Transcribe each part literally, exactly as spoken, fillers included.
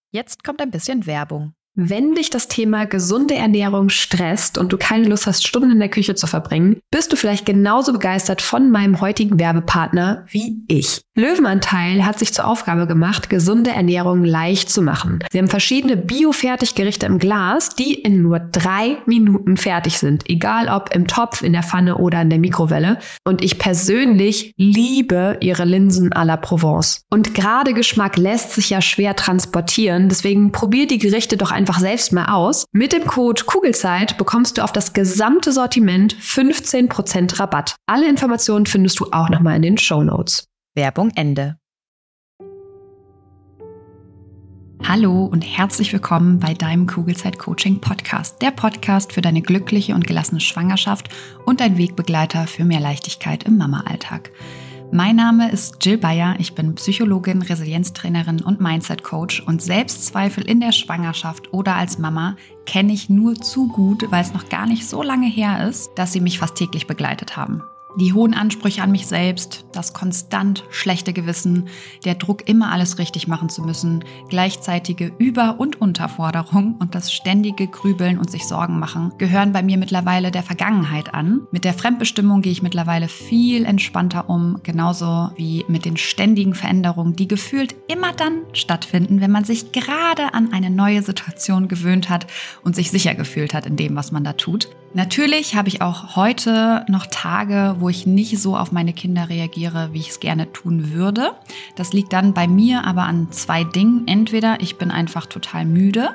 Jetzt kommt ein bisschen Werbung. Wenn dich das Thema gesunde Ernährung stresst und du keine Lust hast, Stunden in der Küche zu verbringen, bist du vielleicht genauso begeistert von meinem heutigen Werbepartner wie ich. Löwenanteil hat sich zur Aufgabe gemacht, gesunde Ernährung leicht zu machen. Sie haben verschiedene Bio-Fertiggerichte im Glas, die in nur drei Minuten fertig sind. Egal ob im Topf, in der Pfanne oder in der Mikrowelle. Und ich persönlich liebe ihre Linsen à la Provence. Und gerade Geschmack lässt sich ja schwer transportieren. Deswegen probier die Gerichte doch einfach selbst mal aus. Mit dem Code Kugelzeit bekommst du auf das gesamte Sortiment fünfzehn Prozent Rabatt. Alle Informationen findest du auch nochmal in den Shownotes. Werbung Ende. Hallo und herzlich willkommen bei deinem Kugelzeit-Coaching-Podcast. Der Podcast für deine glückliche und gelassene Schwangerschaft und ein Wegbegleiter für mehr Leichtigkeit im Mama-Alltag. Mein Name ist Jill Bayer, ich bin Psychologin, Resilienztrainerin und Mindset-Coach und Selbstzweifel in der Schwangerschaft oder als Mama kenne ich nur zu gut, weil es noch gar nicht so lange her ist, dass sie mich fast täglich begleitet haben. Die hohen Ansprüche an mich selbst, das konstant schlechte Gewissen, der Druck, immer alles richtig machen zu müssen, gleichzeitige Über- und Unterforderung und das ständige Grübeln und sich Sorgen machen gehören bei mir mittlerweile der Vergangenheit an. Mit der Fremdbestimmung gehe ich mittlerweile viel entspannter um, genauso wie mit den ständigen Veränderungen, die gefühlt immer dann stattfinden, wenn man sich gerade an eine neue Situation gewöhnt hat und sich sicher gefühlt hat in dem, was man da tut. Natürlich habe ich auch heute noch Tage, wo ich nicht so auf meine Kinder reagiere, wie ich es gerne tun würde. Das liegt dann bei mir aber an zwei Dingen. Entweder ich bin einfach total müde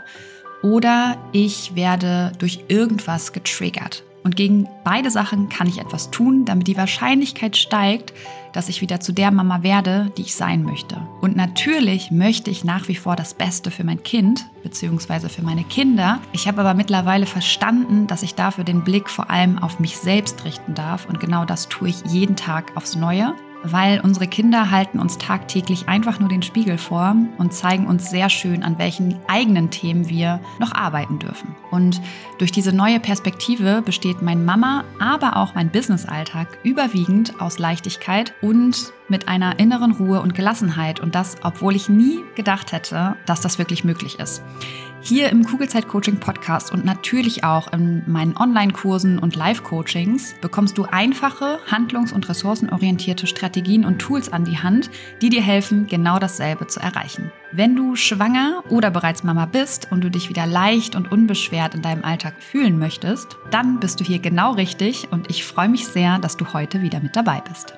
oder ich werde durch irgendwas getriggert. Und gegen beide Sachen kann ich etwas tun, damit die Wahrscheinlichkeit steigt, dass ich wieder zu der Mama werde, die ich sein möchte. Und natürlich möchte ich nach wie vor das Beste für mein Kind bzw. für meine Kinder. Ich habe aber mittlerweile verstanden, dass ich dafür den Blick vor allem auf mich selbst richten darf. Und genau das tue ich jeden Tag aufs Neue. Weil unsere Kinder halten uns tagtäglich einfach nur den Spiegel vor und zeigen uns sehr schön, an welchen eigenen Themen wir noch arbeiten dürfen. Und durch diese neue Perspektive besteht mein Mama, aber auch mein Business-Alltag überwiegend aus Leichtigkeit und mit einer inneren Ruhe und Gelassenheit. Und das, obwohl ich nie gedacht hätte, dass das wirklich möglich ist. Hier im Kugelzeit-Coaching-Podcast und natürlich auch in meinen Online-Kursen und Live-Coachings bekommst du einfache, handlungs- und ressourcenorientierte Strategien und Tools an die Hand, die dir helfen, genau dasselbe zu erreichen. Wenn du schwanger oder bereits Mama bist und du dich wieder leicht und unbeschwert in deinem Alltag fühlen möchtest, dann bist du hier genau richtig und ich freue mich sehr, dass du heute wieder mit dabei bist.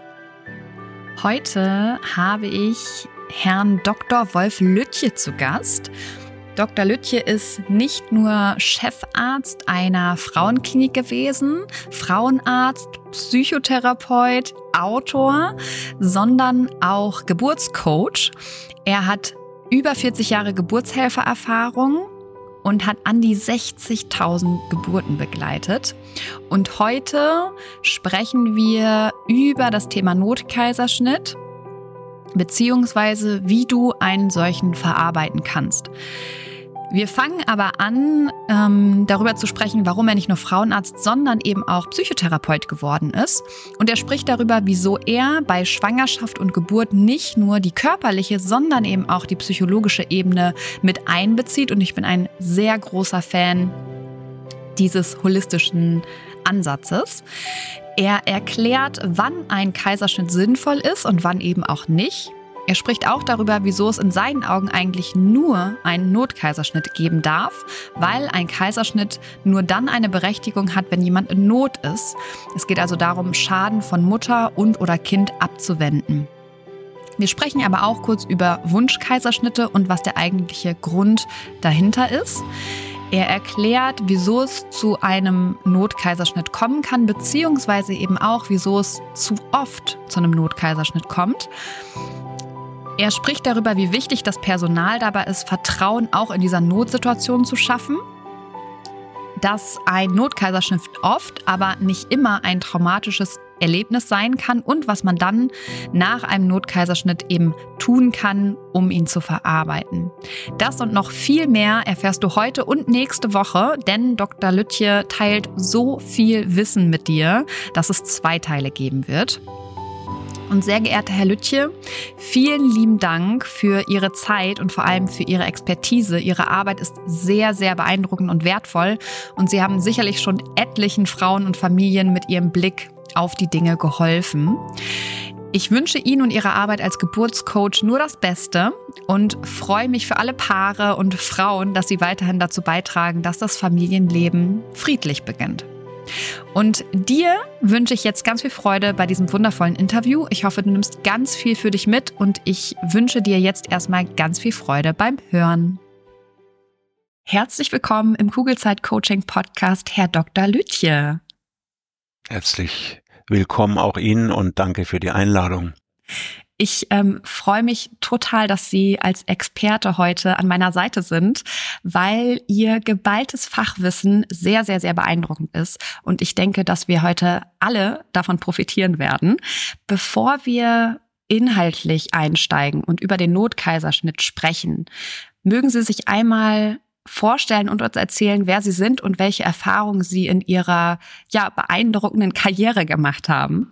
Heute habe ich Herrn Doktor Wolf Lüttje zu Gast. Doktor Lüttje ist nicht nur Chefarzt einer Frauenklinik gewesen, Frauenarzt, Psychotherapeut, Autor, sondern auch Geburtscoach. Er hat über vierzig Jahre Geburtshelfererfahrung und hat an die sechzigtausend Geburten begleitet. Und heute sprechen wir über das Thema Notkaiserschnitt, beziehungsweise wie du einen solchen verarbeiten kannst. Wir fangen aber an, ähm, darüber zu sprechen, warum er nicht nur Frauenarzt, sondern eben auch Psychotherapeut geworden ist. Und er spricht darüber, wieso er bei Schwangerschaft und Geburt nicht nur die körperliche, sondern eben auch die psychologische Ebene mit einbezieht. Und ich bin ein sehr großer Fan dieses holistischen Ansatzes. Er erklärt, wann ein Kaiserschnitt sinnvoll ist und wann eben auch nicht. Er spricht auch darüber, wieso es in seinen Augen eigentlich nur einen Notkaiserschnitt geben darf, weil ein Kaiserschnitt nur dann eine Berechtigung hat, wenn jemand in Not ist. Es geht also darum, Schaden von Mutter und oder Kind abzuwenden. Wir sprechen aber auch kurz über Wunschkaiserschnitte und was der eigentliche Grund dahinter ist. Er erklärt, wieso es zu einem Notkaiserschnitt kommen kann, beziehungsweise eben auch, wieso es zu oft zu einem Notkaiserschnitt kommt. Er spricht darüber, wie wichtig das Personal dabei ist, Vertrauen auch in dieser Notsituation zu schaffen. Dass ein Notkaiserschnitt oft, aber nicht immer ein traumatisches Erlebnis sein kann und was man dann nach einem Notkaiserschnitt eben tun kann, um ihn zu verarbeiten. Das und noch viel mehr erfährst du heute und nächste Woche, denn Doktor Lüttje teilt so viel Wissen mit dir, dass es zwei Teile geben wird. Und sehr geehrter Herr Lütje, vielen lieben Dank für Ihre Zeit und vor allem für Ihre Expertise. Ihre Arbeit ist sehr, sehr beeindruckend und wertvoll und Sie haben sicherlich schon etlichen Frauen und Familien mit Ihrem Blick auf die Dinge geholfen. Ich wünsche Ihnen und Ihrer Arbeit als Geburtscoach nur das Beste und freue mich für alle Paare und Frauen, dass Sie weiterhin dazu beitragen, dass das Familienleben friedlich beginnt. Und dir wünsche ich jetzt ganz viel Freude bei diesem wundervollen Interview. Ich hoffe, du nimmst ganz viel für dich mit und ich wünsche dir jetzt erstmal ganz viel Freude beim Hören. Herzlich willkommen im Kugelzeit-Coaching-Podcast, Herr Doktor Lütje. Herzlich willkommen auch Ihnen und danke für die Einladung. Ich ähm, freue mich total, dass Sie als Experte heute an meiner Seite sind, weil Ihr geballtes Fachwissen sehr, sehr, sehr beeindruckend ist. Und ich denke, dass wir heute alle davon profitieren werden. Bevor wir inhaltlich einsteigen und über den Notkaiserschnitt sprechen, mögen Sie sich einmal vorstellen und uns erzählen, wer Sie sind und welche Erfahrungen Sie in Ihrer ja beeindruckenden Karriere gemacht haben?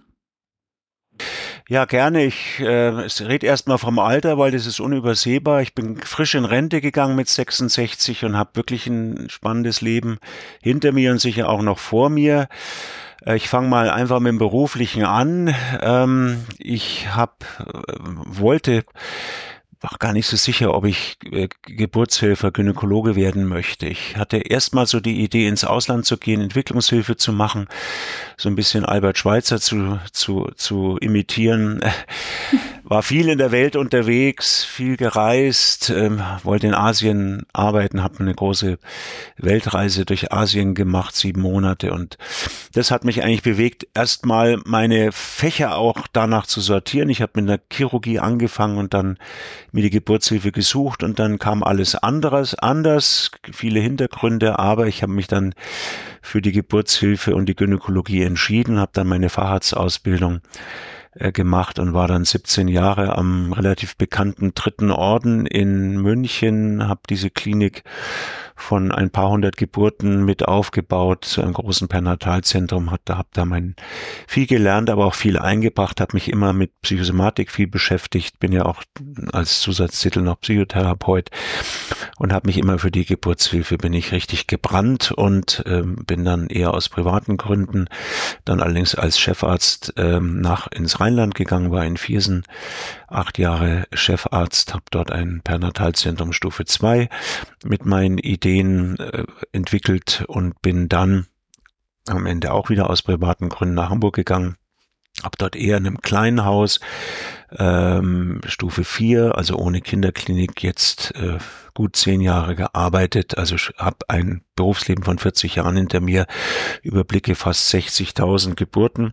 Ja, gerne. Ich äh, rede erstmal vom Alter, weil das ist unübersehbar. Ich bin frisch in Rente gegangen mit sechsundsechzig und habe wirklich ein spannendes Leben hinter mir und sicher auch noch vor mir. Äh, ich fange mal einfach mit dem Beruflichen an. Ähm, ich hab, äh, wollte... war gar nicht so sicher, ob ich äh, Geburtshelfer, Gynäkologe werden möchte. Ich hatte erstmal so die Idee, ins Ausland zu gehen, Entwicklungshilfe zu machen, so ein bisschen Albert Schweitzer zu zu zu imitieren. War viel in der Welt unterwegs, viel gereist, ähm, wollte in Asien arbeiten, habe eine große Weltreise durch Asien gemacht, sieben Monate, und das hat mich eigentlich bewegt, erstmal meine Fächer auch danach zu sortieren. Ich habe mit der Chirurgie angefangen und dann mir die Geburtshilfe gesucht und dann kam alles anderes, anders, viele Hintergründe, aber ich habe mich dann für die Geburtshilfe und die Gynäkologie entschieden, habe dann meine Facharztausbildung äh, gemacht und war dann siebzehn Jahre am relativ bekannten Dritten Orden in München, habe diese Klinik von ein paar hundert Geburten mit aufgebaut zu einem großen Perinatalzentrum, habe da, hab da mein viel gelernt, aber auch viel eingebracht, habe mich immer mit Psychosomatik viel beschäftigt, bin ja auch als Zusatztitel noch Psychotherapeut und habe mich immer für die Geburtshilfe, bin ich richtig gebrannt und ähm, bin dann eher aus privaten Gründen, dann allerdings als Chefarzt ähm, nach ins Rheinland gegangen, war in Viersen acht Jahre Chefarzt, habe dort ein Perinatalzentrum Stufe zwei mit meinen Ideen äh, entwickelt und bin dann am Ende auch wieder aus privaten Gründen nach Hamburg gegangen. Habe dort eher in einem kleinen Haus, ähm, Stufe vier, also ohne Kinderklinik, jetzt äh, gut zehn Jahre gearbeitet. Also habe ein Berufsleben von vierzig Jahren hinter mir, überblicke fast sechzigtausend Geburten.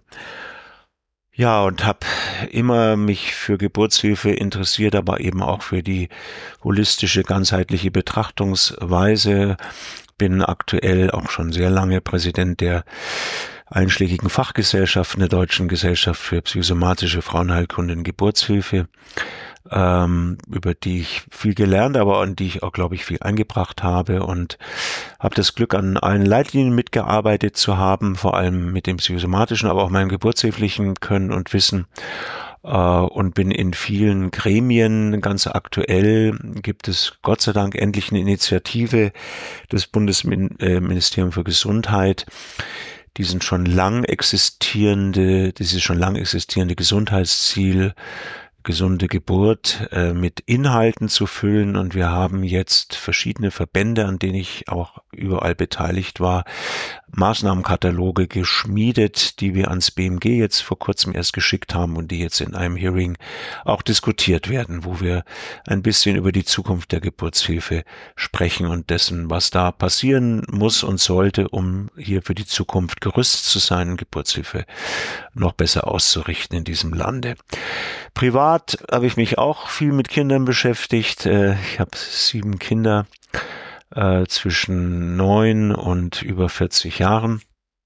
Ja, und habe immer mich für Geburtshilfe interessiert, aber eben auch für die holistische, ganzheitliche Betrachtungsweise. Bin aktuell auch schon sehr lange Präsident der einschlägigen Fachgesellschaften der Deutschen Gesellschaft für psychosomatische Frauenheilkunde und Geburtshilfe, ähm, über die ich viel gelernt, aber an die ich auch, glaube ich, viel eingebracht habe, und habe das Glück, an allen Leitlinien mitgearbeitet zu haben, vor allem mit dem psychosomatischen, aber auch meinem geburtshilflichen Können und Wissen. Uh, und bin in vielen Gremien. Ganz aktuell gibt es Gott sei Dank endlich eine Initiative des Bundesministeriums für Gesundheit, diesen schon lang existierende, dieses schon lang existierende Gesundheitsziel, gesunde Geburt äh, mit Inhalten zu füllen, und wir haben jetzt verschiedene Verbände, an denen ich auch überall beteiligt war, Maßnahmenkataloge geschmiedet, die wir ans B M G jetzt vor kurzem erst geschickt haben und die jetzt in einem Hearing auch diskutiert werden, wo wir ein bisschen über die Zukunft der Geburtshilfe sprechen und dessen, was da passieren muss und sollte, um hier für die Zukunft gerüstet zu sein und Geburtshilfe noch besser auszurichten in diesem Lande. Privat habe ich mich auch viel mit Kindern beschäftigt. Ich habe sieben Kinder äh, zwischen neun und über vierzig Jahren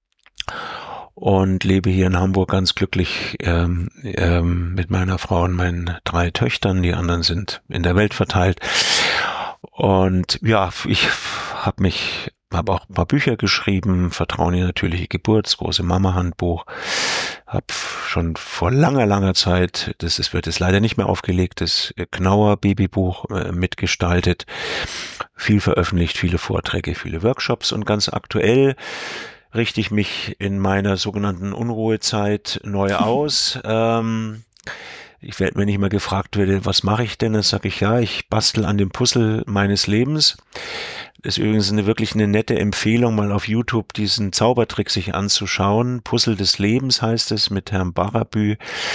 und lebe hier in Hamburg ganz glücklich ähm, ähm, mit meiner Frau und meinen drei Töchtern. Die anderen sind in der Welt verteilt. Und ja, ich habe mich habe auch ein paar Bücher geschrieben, Vertrauen in die natürliche Geburt, das große Mama-Handbuch, habe schon vor langer, langer Zeit, das ist, wird jetzt leider nicht mehr aufgelegt, das Knauer Babybuch äh, mitgestaltet, viel veröffentlicht, viele Vorträge, viele Workshops und ganz aktuell richte ich mich in meiner sogenannten Unruhezeit neu aus. ähm, Ich werde, wenn ich mal gefragt werde, was mache ich denn, dann sage ich, ja, ich bastel an dem Puzzle meines Lebens. Das ist übrigens eine wirklich eine nette Empfehlung, mal auf YouTube diesen Zaubertrick sich anzuschauen. Puzzle des Lebens heißt es, mit Herrn Barabü.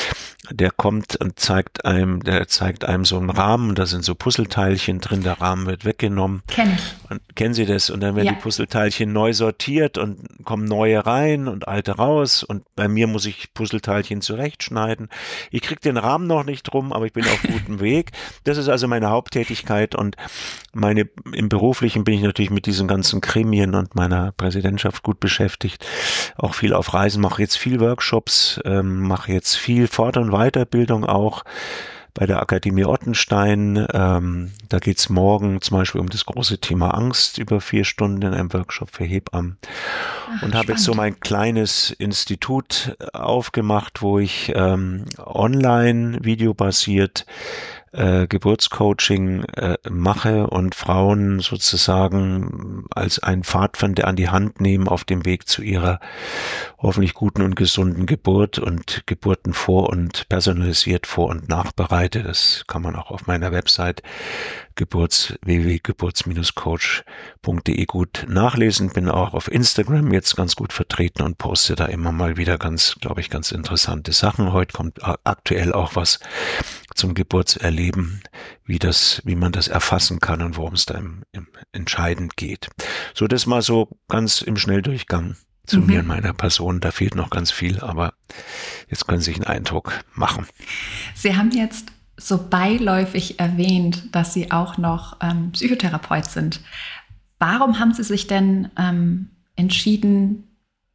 Der kommt und zeigt einem, der zeigt einem so einen Rahmen, da sind so Puzzleteilchen drin, der Rahmen wird weggenommen. Kenn ich. Und kennen Sie das? Und dann werden Ja. die Puzzleteilchen neu sortiert und kommen neue rein und alte raus. Und bei mir muss ich Puzzleteilchen zurechtschneiden. Ich kriege den Rahmen noch nicht drum, aber ich bin auf gutem Weg. Das ist also meine Haupttätigkeit und meine, im Beruflichen bin ich natürlich mit diesen ganzen Gremien und meiner Präsidentschaft gut beschäftigt. Auch viel auf Reisen, mache jetzt viel Workshops, ähm, mache jetzt viel Fort- und Weiterbildung auch bei der Akademie Ottenstein. Ähm, da geht's morgen zum Beispiel um das große Thema Angst über vier Stunden in einem Workshop für Hebammen. Ach, und habe jetzt so mein kleines Institut aufgemacht, wo ich ähm, online videobasiert äh, Geburtscoaching äh, mache und Frauen sozusagen als einen Pfadfinder an die Hand nehmen auf dem Weg zu ihrer hoffentlich guten und gesunden Geburt und Geburten vor und personalisiert vor und nachbereite. Das kann man auch auf meiner Website geburts w w w punkt geburts Bindestrich coach punkt de gut nachlesen. Bin auch auf Instagram jetzt ganz gut vertreten und poste da immer mal wieder ganz, glaube ich, ganz interessante Sachen. Heute kommt aktuell auch was zum Geburtserleben, wie das, wie man das erfassen kann und worum es da im, im entscheidend geht. So, das mal so ganz im Schnelldurchgang zu Mhm. mir und meiner Person. Da fehlt noch ganz viel, aber jetzt können Sie sich einen Eindruck machen. Sie haben jetzt so beiläufig erwähnt, dass Sie auch noch ähm, Psychotherapeut sind. Warum haben Sie sich denn ähm, entschieden,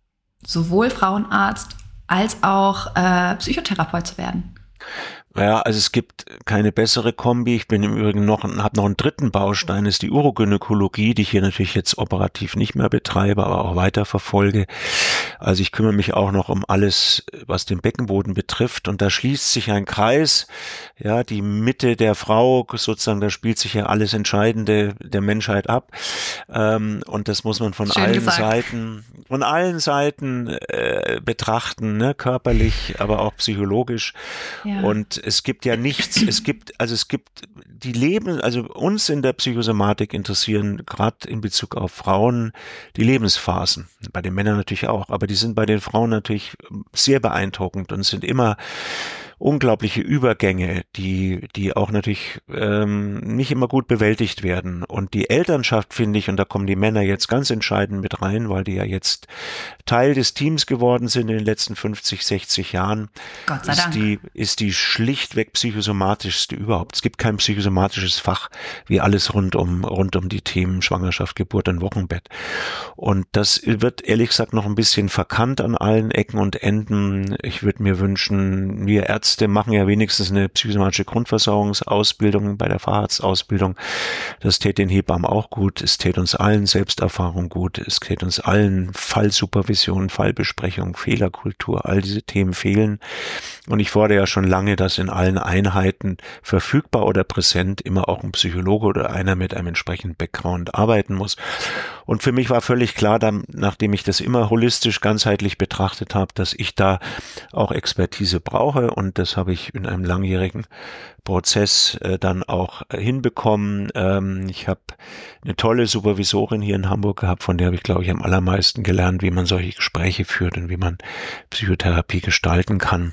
sowohl Frauenarzt als auch äh, Psychotherapeut zu werden? Ja, also es gibt keine bessere Kombi. Ich bin im Übrigen noch, habe noch einen dritten Baustein, ist die Urogynäkologie, die ich hier natürlich jetzt operativ nicht mehr betreibe, aber auch weiter verfolge. Also ich kümmere mich auch noch um alles, was den Beckenboden betrifft. Und da schließt sich ein Kreis, ja, die Mitte der Frau sozusagen, da spielt sich ja alles Entscheidende der Menschheit ab. Ähm, und das muss man von Schön allen gesagt. Seiten, von allen Seiten äh, betrachten, ne, körperlich, aber auch psychologisch. Ja. Und es gibt ja nichts, es gibt, also es gibt die Leben, also uns in der Psychosomatik interessieren gerade in Bezug auf Frauen die Lebensphasen. Bei den Männern natürlich auch, aber die sind bei den Frauen natürlich sehr beeindruckend und sind immer unglaubliche Übergänge, die die auch natürlich ähm, nicht immer gut bewältigt werden. Und die Elternschaft, finde ich, und da kommen die Männer jetzt ganz entscheidend mit rein, weil die ja jetzt Teil des Teams geworden sind in den letzten fünfzig, sechzig Jahren, Gott sei ist Dank. die, ist die schlichtweg psychosomatischste überhaupt. Es gibt kein psychosomatisches Fach wie alles rund um, rund um die Themen Schwangerschaft, Geburt und Wochenbett. Und das wird ehrlich gesagt noch ein bisschen verkannt an allen Ecken und Enden. Ich würde mir wünschen, wir Ärzte machen ja wenigstens eine psychosomatische Grundversorgungsausbildung bei der Facharztausbildung. Das täte den Hebammen auch gut. Es täte uns allen Selbsterfahrung gut. Es täte uns allen Fallsupervision, Fallbesprechung, Fehlerkultur. All diese Themen fehlen. Und ich fordere ja schon lange, dass in allen Einheiten verfügbar oder präsent immer auch ein Psychologe oder einer mit einem entsprechenden Background arbeiten muss. Und für mich war völlig klar, dann, nachdem ich das immer holistisch, ganzheitlich betrachtet habe, dass ich da auch Expertise brauche. Und das habe ich in einem langjährigen Prozess äh, dann auch äh, hinbekommen. Ähm, ich habe eine tolle Supervisorin hier in Hamburg gehabt, von der habe ich, glaube ich, am allermeisten gelernt, wie man solche Gespräche führt und wie man Psychotherapie gestalten kann.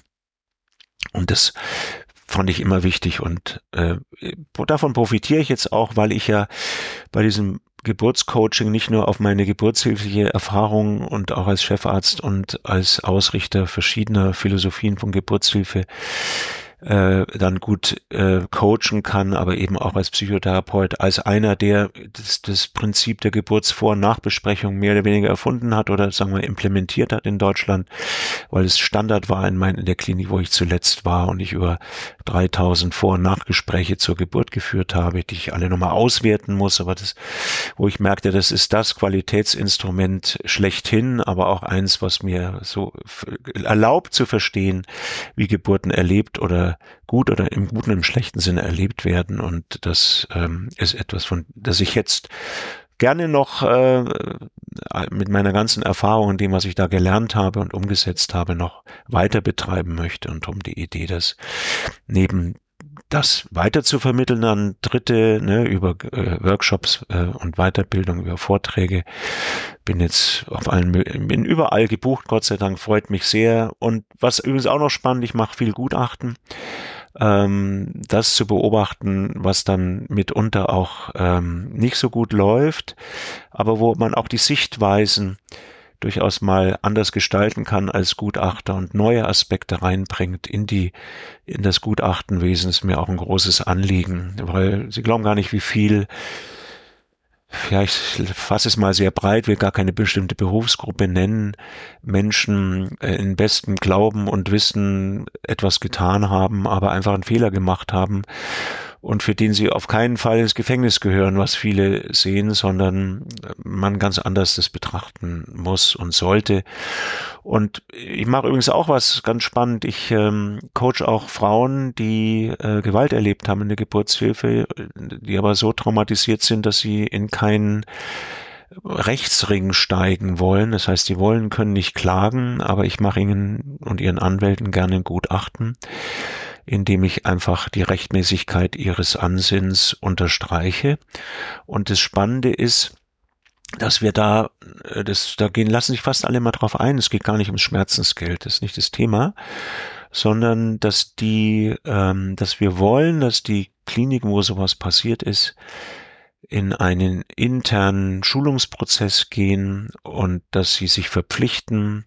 Und das fand ich immer wichtig und äh, davon profitiere ich jetzt auch, weil ich ja bei diesem Geburtscoaching nicht nur auf meine geburtshilfliche Erfahrung und auch als Chefarzt und als Ausrichter verschiedener Philosophien von Geburtshilfe äh, dann gut äh, coachen kann, aber eben auch als Psychotherapeut, als einer, der das, das Prinzip der Geburtsvor- und Nachbesprechung mehr oder weniger erfunden hat oder sagen wir implementiert hat in Deutschland, weil es Standard war in, mein, in der Klinik, wo ich zuletzt war und ich über dreitausend Vor- und Nachgespräche zur Geburt geführt habe, die ich alle nochmal auswerten muss, aber das, wo ich merkte, das ist das Qualitätsinstrument schlechthin, aber auch eins, was mir so erlaubt zu verstehen, wie Geburten erlebt oder gut oder im guten und im schlechten Sinne erlebt werden. Und das ähm, ist etwas, von das ich jetzt gerne noch äh, mit meiner ganzen Erfahrung und dem, was ich da gelernt habe und umgesetzt habe, noch weiter betreiben möchte. Und um die Idee, dass neben das weiter zu vermitteln an Dritte, ne, über äh, Workshops äh, und Weiterbildung, über Vorträge. Bin jetzt auf allen, bin überall gebucht, Gott sei Dank, freut mich sehr. Und was übrigens auch noch spannend, ich mache viel Gutachten. Ähm, das zu beobachten, was dann mitunter auch ähm, nicht so gut läuft, aber wo man auch die Sichtweisen durchaus mal anders gestalten kann als Gutachter und neue Aspekte reinbringt in die, in das Gutachtenwesen, ist mir auch ein großes Anliegen, weil Sie glauben gar nicht, wie viel, ja, ich fasse es mal sehr breit, will gar keine bestimmte Berufsgruppe nennen, Menschen in bestem Glauben und Wissen etwas getan haben, aber einfach einen Fehler gemacht haben und für den sie auf keinen Fall ins Gefängnis gehören, was viele sehen, sondern man ganz anders das betrachten muss und sollte. Und ich mache übrigens auch was ganz spannend. Ich ähm, coach auch Frauen, die äh, Gewalt erlebt haben in der Geburtshilfe, die aber so traumatisiert sind, dass sie in keinen Rechtsring steigen wollen. Das heißt, die wollen, können nicht klagen, aber ich mache ihnen und ihren Anwälten gerne ein Gutachten, indem ich einfach die Rechtmäßigkeit ihres Ansinns unterstreiche. Und das Spannende ist, dass wir da, das, da gehen, lassen sich fast alle mal drauf ein. Es geht gar nicht ums Schmerzensgeld, das ist nicht das Thema, sondern dass die, ähm, dass wir wollen, dass die Kliniken, wo sowas passiert ist, in einen internen Schulungsprozess gehen und dass sie sich verpflichten,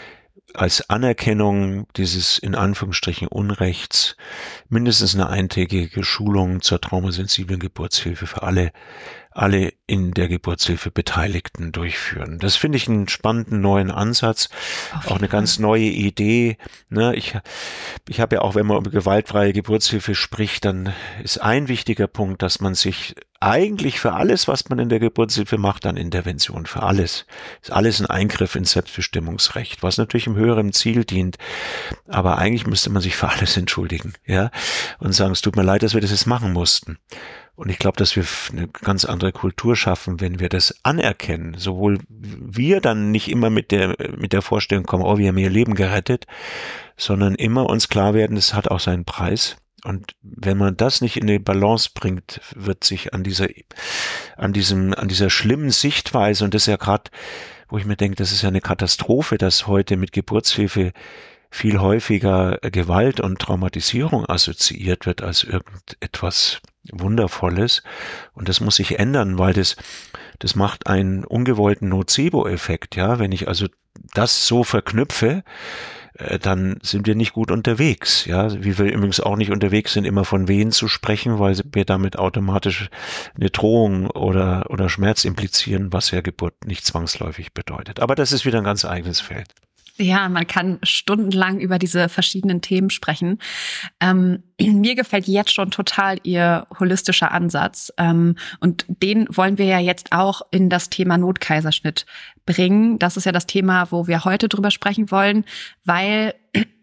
als Anerkennung dieses in Anführungsstrichen Unrechts mindestens eine eintägige Schulung zur traumasensiblen Geburtshilfe für alle, alle in der Geburtshilfe Beteiligten durchführen. Das finde ich einen spannenden neuen Ansatz, auch eine ganz neue Idee. Ne, ich, ich habe ja auch, wenn man über gewaltfreie Geburtshilfe spricht, dann ist ein wichtiger Punkt, dass man sich eigentlich für alles, was man in der Geburtshilfe macht, dann Intervention für alles. Ist alles ein Eingriff ins Selbstbestimmungsrecht, was natürlich im höheren Ziel dient. Aber eigentlich müsste man sich für alles entschuldigen, ja, und sagen, es tut mir leid, dass wir das jetzt machen mussten. Und ich glaube, dass wir eine ganz andere Kultur schaffen, wenn wir das anerkennen. Sowohl wir dann nicht immer mit der, mit der Vorstellung kommen, oh, wir haben ihr Leben gerettet, sondern immer uns klar werden, es hat auch seinen Preis. Und wenn man das nicht in die Balance bringt, wird sich an dieser, an diesem, an dieser schlimmen Sichtweise, und das ist ja gerade, wo ich mir denke, das ist ja eine Katastrophe, dass heute mit Geburtshilfe viel häufiger Gewalt und Traumatisierung assoziiert wird als irgendetwas Wundervolles. Und das muss sich ändern, weil das, das macht einen ungewollten Nocebo-Effekt, ja. Wenn ich also das so verknüpfe, dann sind wir nicht gut unterwegs, ja, wie wir übrigens auch nicht unterwegs sind, immer von Wehen zu sprechen, weil wir damit automatisch eine Drohung oder, oder Schmerz implizieren, was ja Geburt nicht zwangsläufig bedeutet. Aber das ist wieder ein ganz eigenes Feld. Ja, man kann stundenlang über diese verschiedenen Themen sprechen. Ähm, mir gefällt jetzt schon total Ihr holistischer Ansatz. Ähm, und den wollen wir ja jetzt auch in das Thema Notkaiserschnitt bringen. Das ist ja das Thema, wo wir heute drüber sprechen wollen, weil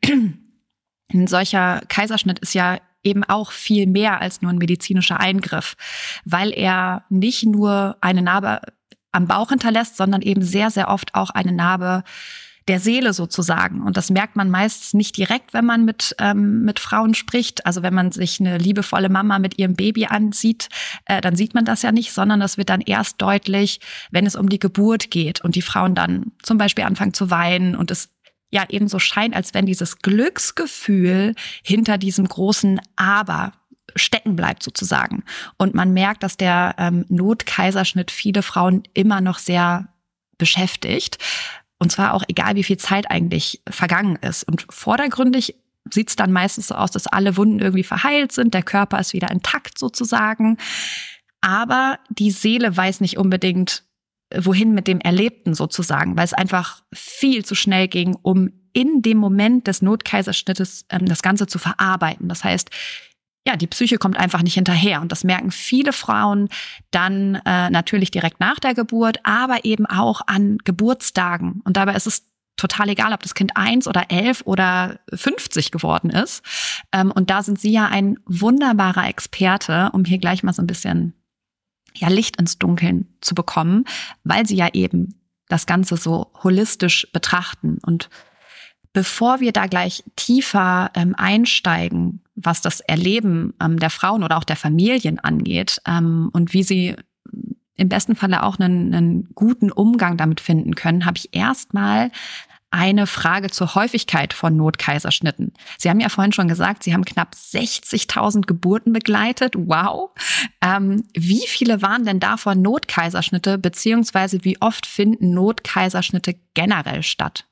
ein solcher Kaiserschnitt ist ja eben auch viel mehr als nur ein medizinischer Eingriff, weil er nicht nur eine Narbe am Bauch hinterlässt, sondern eben sehr, sehr oft auch eine Narbe der Seele sozusagen. Und das merkt man meist nicht direkt, wenn man mit ähm, mit Frauen spricht. Also wenn man sich eine liebevolle Mama mit ihrem Baby ansieht, äh, dann sieht man das ja nicht, sondern das wird dann erst deutlich, wenn es um die Geburt geht und die Frauen dann zum Beispiel anfangen zu weinen und es ja eben so scheint, als wenn dieses Glücksgefühl hinter diesem großen Aber stecken bleibt sozusagen. Und man merkt, dass der ähm, Notkaiserschnitt viele Frauen immer noch sehr beschäftigt. Und zwar auch egal, wie viel Zeit eigentlich vergangen ist. Und vordergründig sieht es dann meistens so aus, dass alle Wunden irgendwie verheilt sind, der Körper ist wieder intakt sozusagen. Aber die Seele weiß nicht unbedingt, wohin mit dem Erlebten sozusagen, weil es einfach viel zu schnell ging, um in dem Moment des Notkaiserschnittes ähm, das Ganze zu verarbeiten. Das heißt, ja, die Psyche kommt einfach nicht hinterher. Und das merken viele Frauen dann äh, natürlich direkt nach der Geburt, aber eben auch an Geburtstagen. Und dabei ist es total egal, ob das Kind eins oder elf oder fünfzig geworden ist. Ähm, und da sind Sie ja ein wunderbarer Experte, um hier gleich mal so ein bisschen ja, Licht ins Dunkeln zu bekommen, weil Sie ja eben das Ganze so holistisch betrachten. Und bevor wir da gleich tiefer ähm, einsteigen, was das Erleben ähm, der Frauen oder auch der Familien angeht ähm, und wie sie im besten Falle auch einen, einen guten Umgang damit finden können, habe ich erstmal eine Frage zur Häufigkeit von Notkaiserschnitten. Sie haben ja vorhin schon gesagt, Sie haben knapp sechzigtausend Geburten begleitet. Wow! Ähm, wie viele waren denn davon Notkaiserschnitte, beziehungsweise wie oft finden Notkaiserschnitte generell statt?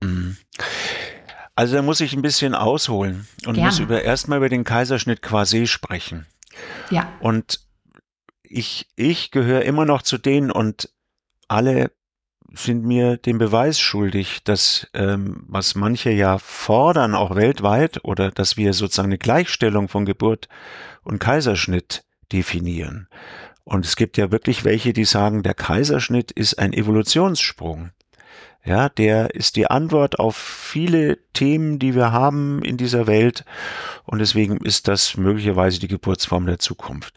Also da muss ich ein bisschen ausholen und Gerne. muss über erstmal über den Kaiserschnitt quasi sprechen. Ja. Und ich, ich gehöre immer noch zu denen und alle sind mir den Beweis schuldig, dass ähm, was manche ja fordern, auch weltweit, oder dass wir sozusagen eine Gleichstellung von Geburt und Kaiserschnitt definieren. Und es gibt ja wirklich welche, die sagen, der Kaiserschnitt ist ein Evolutionssprung. Ja, der ist die Antwort auf viele Themen, die wir haben in dieser Welt. Und deswegen ist das möglicherweise die Geburtsform der Zukunft.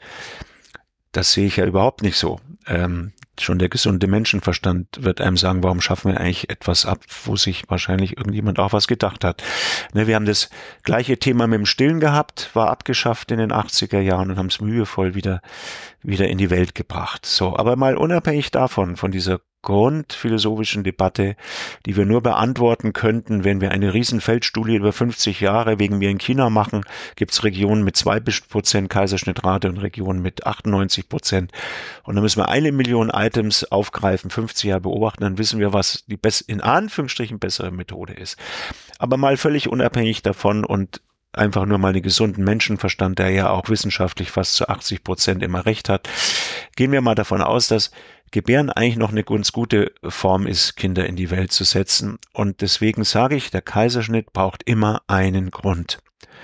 Das sehe ich ja überhaupt nicht so. Ähm, schon der gesunde Menschenverstand wird einem sagen, warum schaffen wir eigentlich etwas ab, wo sich wahrscheinlich irgendjemand auch was gedacht hat. Ne, wir haben das gleiche Thema mit dem Stillen gehabt, war abgeschafft in den achtziger Jahren und haben es mühevoll wieder, wieder in die Welt gebracht. So, aber mal unabhängig davon, von dieser grundphilosophischen Debatte, die wir nur beantworten könnten, wenn wir eine riesen Feldstudie über fünfzig Jahre wegen mir in China machen, gibt es Regionen mit zwei Prozent Kaiserschnittrate und Regionen mit achtundneunzig Prozent. Und dann müssen wir eine Million Items aufgreifen, fünfzig Jahre beobachten, dann wissen wir, was die best- in Anführungsstrichen bessere Methode ist. Aber mal völlig unabhängig davon und einfach nur mal einen gesunden Menschenverstand, der ja auch wissenschaftlich fast zu achtzig Prozent immer recht hat, gehen wir mal davon aus, dass Gebären eigentlich noch eine ganz gute Form ist, Kinder in die Welt zu setzen. Und deswegen sage ich, der Kaiserschnitt braucht immer einen Grund.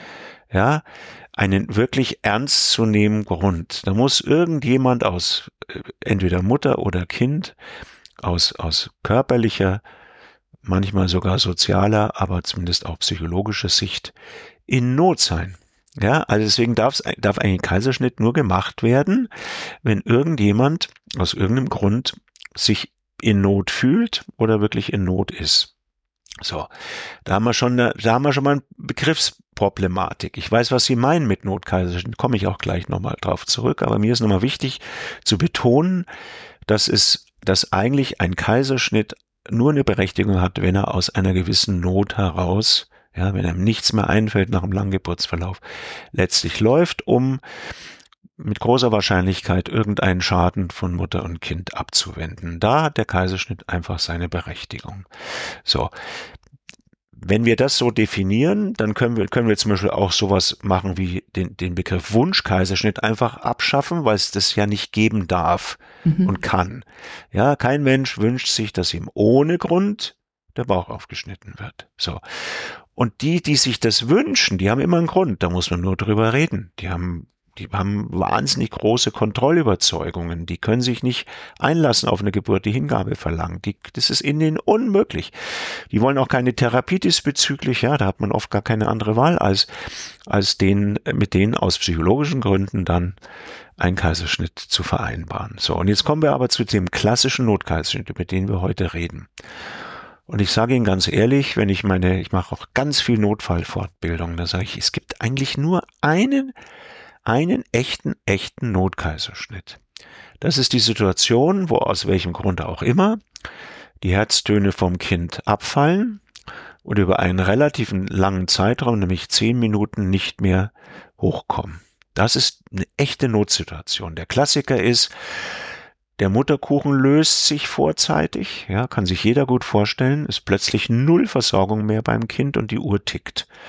Ja, einen wirklich ernstzunehmenden Grund. Da muss irgendjemand aus, entweder Mutter oder Kind, aus, aus körperlicher, manchmal sogar sozialer, aber zumindest auch psychologischer Sicht in Not sein. Ja, also deswegen darf's, darf ein Kaiserschnitt nur gemacht werden, wenn irgendjemand aus irgendeinem Grund sich in Not fühlt oder wirklich in Not ist. So, da haben wir schon, eine, da haben wir schon mal eine Begriffsproblematik. Ich weiß, was Sie meinen mit Notkaiserschnitt, komme ich auch gleich nochmal drauf zurück, aber mir ist nochmal wichtig zu betonen, dass es, dass eigentlich ein Kaiserschnitt nur eine Berechtigung hat, wenn er aus einer gewissen Not heraus, ja, wenn einem nichts mehr einfällt nach einem langen Geburtsverlauf, letztlich läuft, um mit großer Wahrscheinlichkeit irgendeinen Schaden von Mutter und Kind abzuwenden. Da hat der Kaiserschnitt einfach seine Berechtigung. So. Wenn wir das so definieren, dann können wir, können wir zum Beispiel auch sowas machen wie den, den Begriff Wunschkaiserschnitt einfach abschaffen, weil es das ja nicht geben darf mhm. und kann. Ja, kein Mensch wünscht sich, dass ihm ohne Grund der Bauch aufgeschnitten wird. So. Und die, die sich das wünschen, die haben immer einen Grund. Da muss man nur drüber reden. Die haben Die haben wahnsinnig große Kontrollüberzeugungen. Die können sich nicht einlassen auf eine Geburt, die Hingabe verlangt. Die, das ist ihnen unmöglich. Die wollen auch keine Therapie diesbezüglich. Ja, da hat man oft gar keine andere Wahl, als, als den, mit denen aus psychologischen Gründen dann einen Kaiserschnitt zu vereinbaren. So, und jetzt kommen wir aber zu dem klassischen Notkaiserschnitt, über den wir heute reden. Und ich sage Ihnen ganz ehrlich, wenn ich meine, ich mache auch ganz viel Notfallfortbildung, da sage ich, es gibt eigentlich nur einen einen echten, echten Notkaiserschnitt. Das ist die Situation, wo aus welchem Grunde auch immer die Herztöne vom Kind abfallen und über einen relativ langen Zeitraum, nämlich zehn Minuten, nicht mehr hochkommen. Das ist eine echte Notsituation. Der Klassiker ist, der Mutterkuchen löst sich vorzeitig, ja, kann sich jeder gut vorstellen, ist plötzlich null Versorgung mehr beim Kind und die Uhr tickt.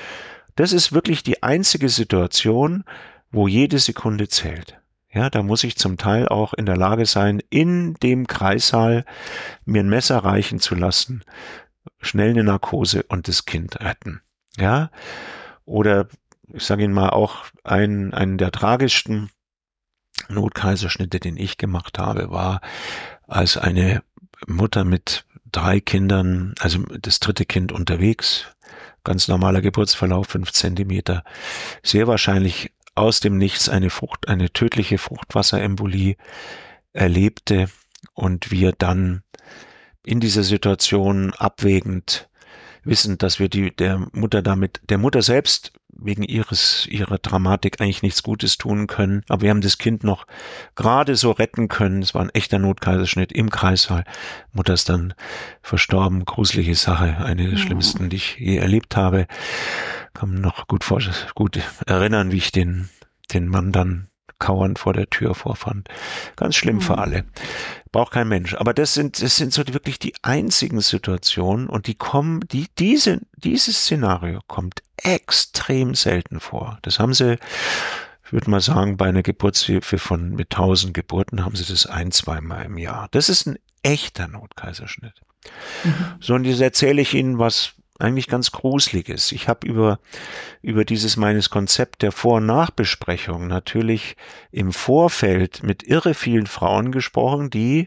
Das ist wirklich die einzige Situation, wo jede Sekunde zählt. Ja, da muss ich zum Teil auch in der Lage sein, in dem Kreissaal mir ein Messer reichen zu lassen, schnell eine Narkose und das Kind retten. Ja, oder ich sage Ihnen mal auch, ein, einen der tragischsten Notkaiserschnitte, den ich gemacht habe, war, als eine Mutter mit drei Kindern, also das dritte Kind unterwegs, ganz normaler Geburtsverlauf, fünf Zentimeter, sehr wahrscheinlich aus dem Nichts eine Frucht, eine tödliche Fruchtwasserembolie erlebte und wir dann in dieser Situation abwägend wissend, dass wir die der Mutter damit, der Mutter selbst wegen ihres ihrer Dramatik eigentlich nichts Gutes tun können, aber wir haben das Kind noch gerade so retten können. Es war ein echter Notkaiserschnitt im Kreissaal. Mutter ist dann verstorben, gruselige Sache, eine der schlimmsten, die ich je erlebt habe. Kann man noch gut vor, gut erinnern, wie ich den den Mann dann kauernd vor der Tür vorfand. Ganz schlimm mhm. für alle. Braucht kein Mensch. Aber das sind, das sind so wirklich die einzigen Situationen und die kommen, die, diese, dieses Szenario kommt extrem selten vor. Das haben sie, ich würde mal sagen, bei einer Geburtshilfe von mit tausend Geburten haben sie das ein, zweimal im Jahr. Das ist ein echter Notkaiserschnitt. Mhm. So, und jetzt erzähle ich Ihnen was eigentlich ganz Gruseliges. Ich habe über über dieses meines Konzept der Vor- und Nachbesprechung natürlich im Vorfeld mit irre vielen Frauen gesprochen, die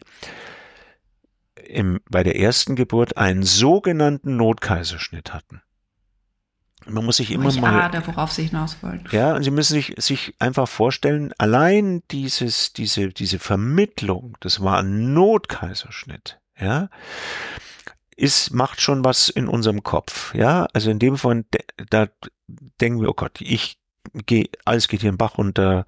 im, bei der ersten Geburt einen sogenannten Notkaiserschnitt hatten. Man muss sich immer ich mal, ahne, worauf Sie hinaus wollen. Ja, und Sie müssen sich sich einfach vorstellen, allein dieses diese diese Vermittlung, das war ein Notkaiserschnitt, ja. Ist, macht schon was in unserem Kopf, ja, also in dem Fall, da denken wir, oh Gott, ich gehe, alles geht hier im Bach runter,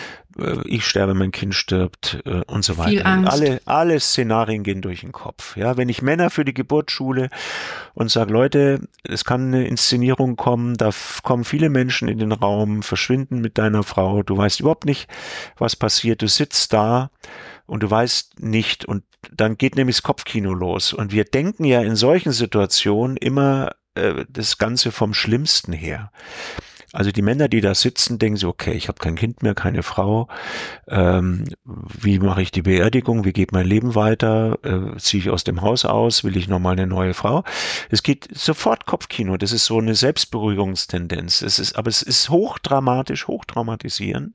ich sterbe, mein Kind stirbt und so weiter. Viel Angst. Alle, alle Szenarien gehen durch den Kopf, ja, wenn ich Männer für die Geburt schule und sage, Leute, es kann eine Inszenierung kommen, da kommen viele Menschen in den Raum, verschwinden mit deiner Frau, du weißt überhaupt nicht, was passiert, du sitzt da und du weißt nicht, und dann geht nämlich das Kopfkino los. Und wir denken ja in solchen Situationen immer äh, das Ganze vom Schlimmsten her. Also die Männer, die da sitzen, denken so, okay, ich habe kein Kind mehr, keine Frau. Ähm, wie mache ich die Beerdigung? Wie geht mein Leben weiter? Äh, ziehe ich aus dem Haus aus? Will ich nochmal eine neue Frau? Es geht sofort Kopfkino. Das ist so eine Selbstberuhigungstendenz. Es ist, aber es ist hochdramatisch, hochtraumatisierend.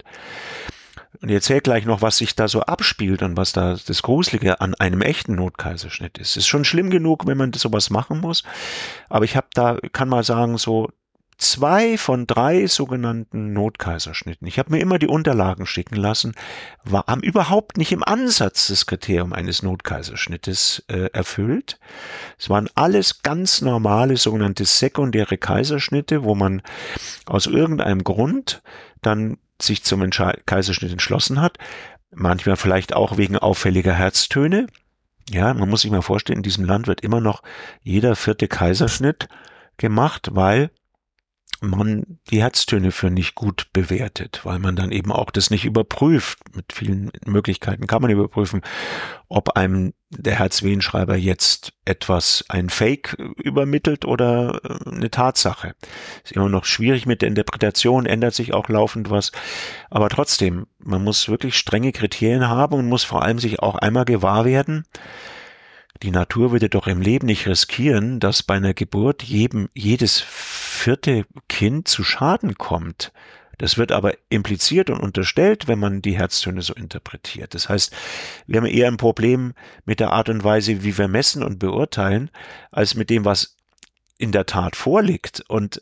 Und ich erzähle gleich noch, was sich da so abspielt und was da das Gruselige an einem echten Notkaiserschnitt ist. Es ist schon schlimm genug, wenn man sowas machen muss. Aber ich habe da, kann mal sagen, so zwei von drei sogenannten Notkaiserschnitten. Ich habe mir immer die Unterlagen schicken lassen, war, haben überhaupt nicht im Ansatz das Kriterium eines Notkaiserschnittes äh, erfüllt. Es waren alles ganz normale sogenannte sekundäre Kaiserschnitte, wo man aus irgendeinem Grund dann sich zum Entsche- Kaiserschnitt entschlossen hat, manchmal vielleicht auch wegen auffälliger Herztöne. Ja, man muss sich mal vorstellen, in diesem Land wird immer noch jeder vierte Kaiserschnitt gemacht, weil man die Herztöne für nicht gut bewertet, weil man dann eben auch das nicht überprüft. Mit vielen Möglichkeiten kann man überprüfen, ob einem der Herzwehenschreiber jetzt etwas, ein Fake übermittelt oder eine Tatsache. Ist immer noch schwierig mit der Interpretation, ändert sich auch laufend was. Aber trotzdem, man muss wirklich strenge Kriterien haben und muss vor allem sich auch einmal gewahr werden, die Natur würde doch im Leben nicht riskieren, dass bei einer Geburt jedem, jedes vierte Kind zu Schaden kommt. Das wird aber impliziert und unterstellt, wenn man die Herztöne so interpretiert. Das heißt, wir haben eher ein Problem mit der Art und Weise, wie wir messen und beurteilen, als mit dem, was in der Tat vorliegt. Und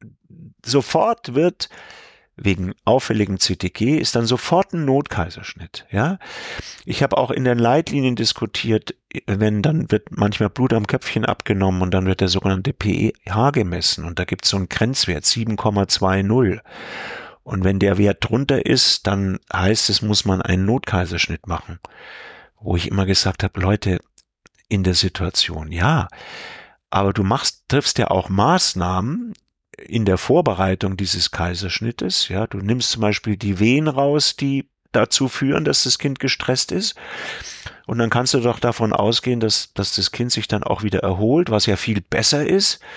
sofort wird wegen auffälligem C T G ist dann sofort ein Notkaiserschnitt. Ja, ich habe auch in den Leitlinien diskutiert, wenn dann wird manchmal Blut am Köpfchen abgenommen und dann wird der sogenannte P E H gemessen und da gibt es so einen Grenzwert sieben Komma zwanzig. Und wenn der Wert drunter ist, dann heißt es, muss man einen Notkaiserschnitt machen. Wo ich immer gesagt habe, Leute, in der Situation, ja, aber du machst, triffst ja auch Maßnahmen in der Vorbereitung dieses Kaiserschnittes. Ja, du nimmst zum Beispiel die Wehen raus, die dazu führen, dass das Kind gestresst ist. Und dann kannst du doch davon ausgehen, dass, dass das Kind sich dann auch wieder erholt, was ja viel besser ist,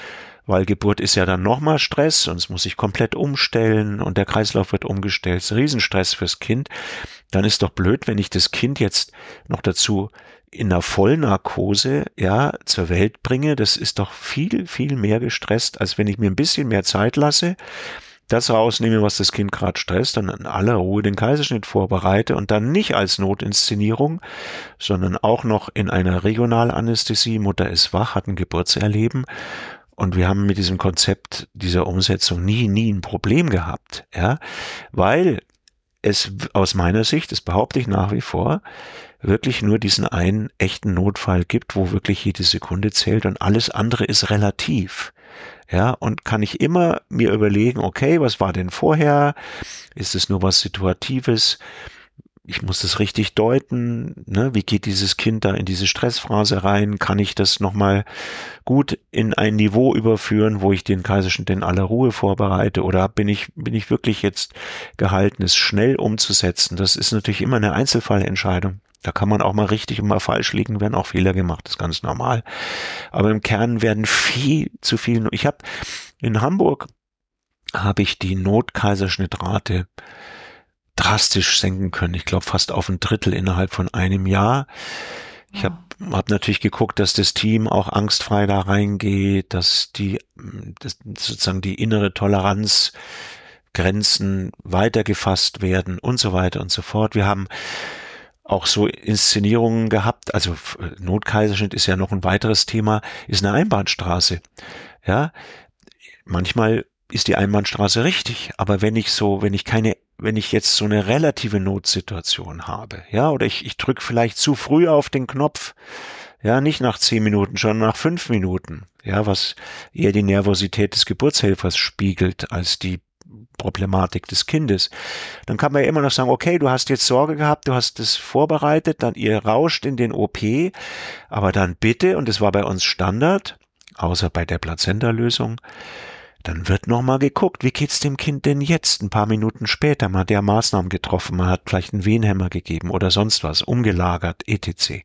weil Geburt ist ja dann nochmal Stress und es muss sich komplett umstellen und der Kreislauf wird umgestellt. Es ist ein Riesenstress fürs Kind. Dann ist doch blöd, wenn ich das Kind jetzt noch dazu in einer Vollnarkose, ja, zur Welt bringe. Das ist doch viel, viel mehr gestresst, als wenn ich mir ein bisschen mehr Zeit lasse, das rausnehme, was das Kind gerade stresst, dann in aller Ruhe den Kaiserschnitt vorbereite und dann nicht als Notinszenierung, sondern auch noch in einer Regionalanästhesie. Mutter ist wach, hat ein Geburtserleben und wir haben mit diesem Konzept dieser Umsetzung nie, nie ein Problem gehabt, ja, weil es aus meiner Sicht, das behaupte ich nach wie vor, wirklich nur diesen einen echten Notfall gibt, wo wirklich jede Sekunde zählt und alles andere ist relativ. Ja, und kann ich immer mir überlegen, okay, was war denn vorher? Ist es nur was Situatives? Ich muss das richtig deuten, ne? Wie geht dieses Kind da in diese Stressphase rein? Kann ich das nochmal gut in ein Niveau überführen, wo ich den Kaiserschnitt in aller Ruhe vorbereite? Oder bin ich, bin ich wirklich jetzt gehalten, es schnell umzusetzen? Das ist natürlich immer eine Einzelfallentscheidung. Da kann man auch mal richtig und mal falsch liegen, werden auch Fehler gemacht, das ist ganz normal. Aber im Kern werden viel zu viel. Ich habe in Hamburg habe ich die Notkaiserschnittrate drastisch senken können. Ich glaube fast auf ein Drittel innerhalb von einem Jahr. Ich habe hab natürlich geguckt, dass das Team auch angstfrei da reingeht, dass die dass sozusagen die innere Toleranzgrenzen weitergefasst werden und so weiter und so fort. Wir haben auch so Inszenierungen gehabt, also Notkaiserschnitt ist ja noch ein weiteres Thema, ist eine Einbahnstraße. Ja, manchmal ist die Einbahnstraße richtig, aber wenn ich so, wenn ich keine, wenn ich jetzt so eine relative Notsituation habe, ja, oder ich, ich drücke vielleicht zu früh auf den Knopf, ja, nicht nach zehn Minuten, schon nach fünf Minuten, ja, was eher die Nervosität des Geburtshelfers spiegelt als die Problematik des Kindes, dann kann man ja immer noch sagen, okay, du hast jetzt Sorge gehabt, du hast das vorbereitet, dann ihr rauscht in den O P, aber dann bitte, und das war bei uns Standard, außer bei der Plazenta-Lösung, dann wird nochmal geguckt, wie geht's dem Kind denn jetzt, ein paar Minuten später, man hat ja Maßnahmen getroffen, man hat vielleicht einen Wehenhemmer gegeben oder sonst was, umgelagert, et cetera.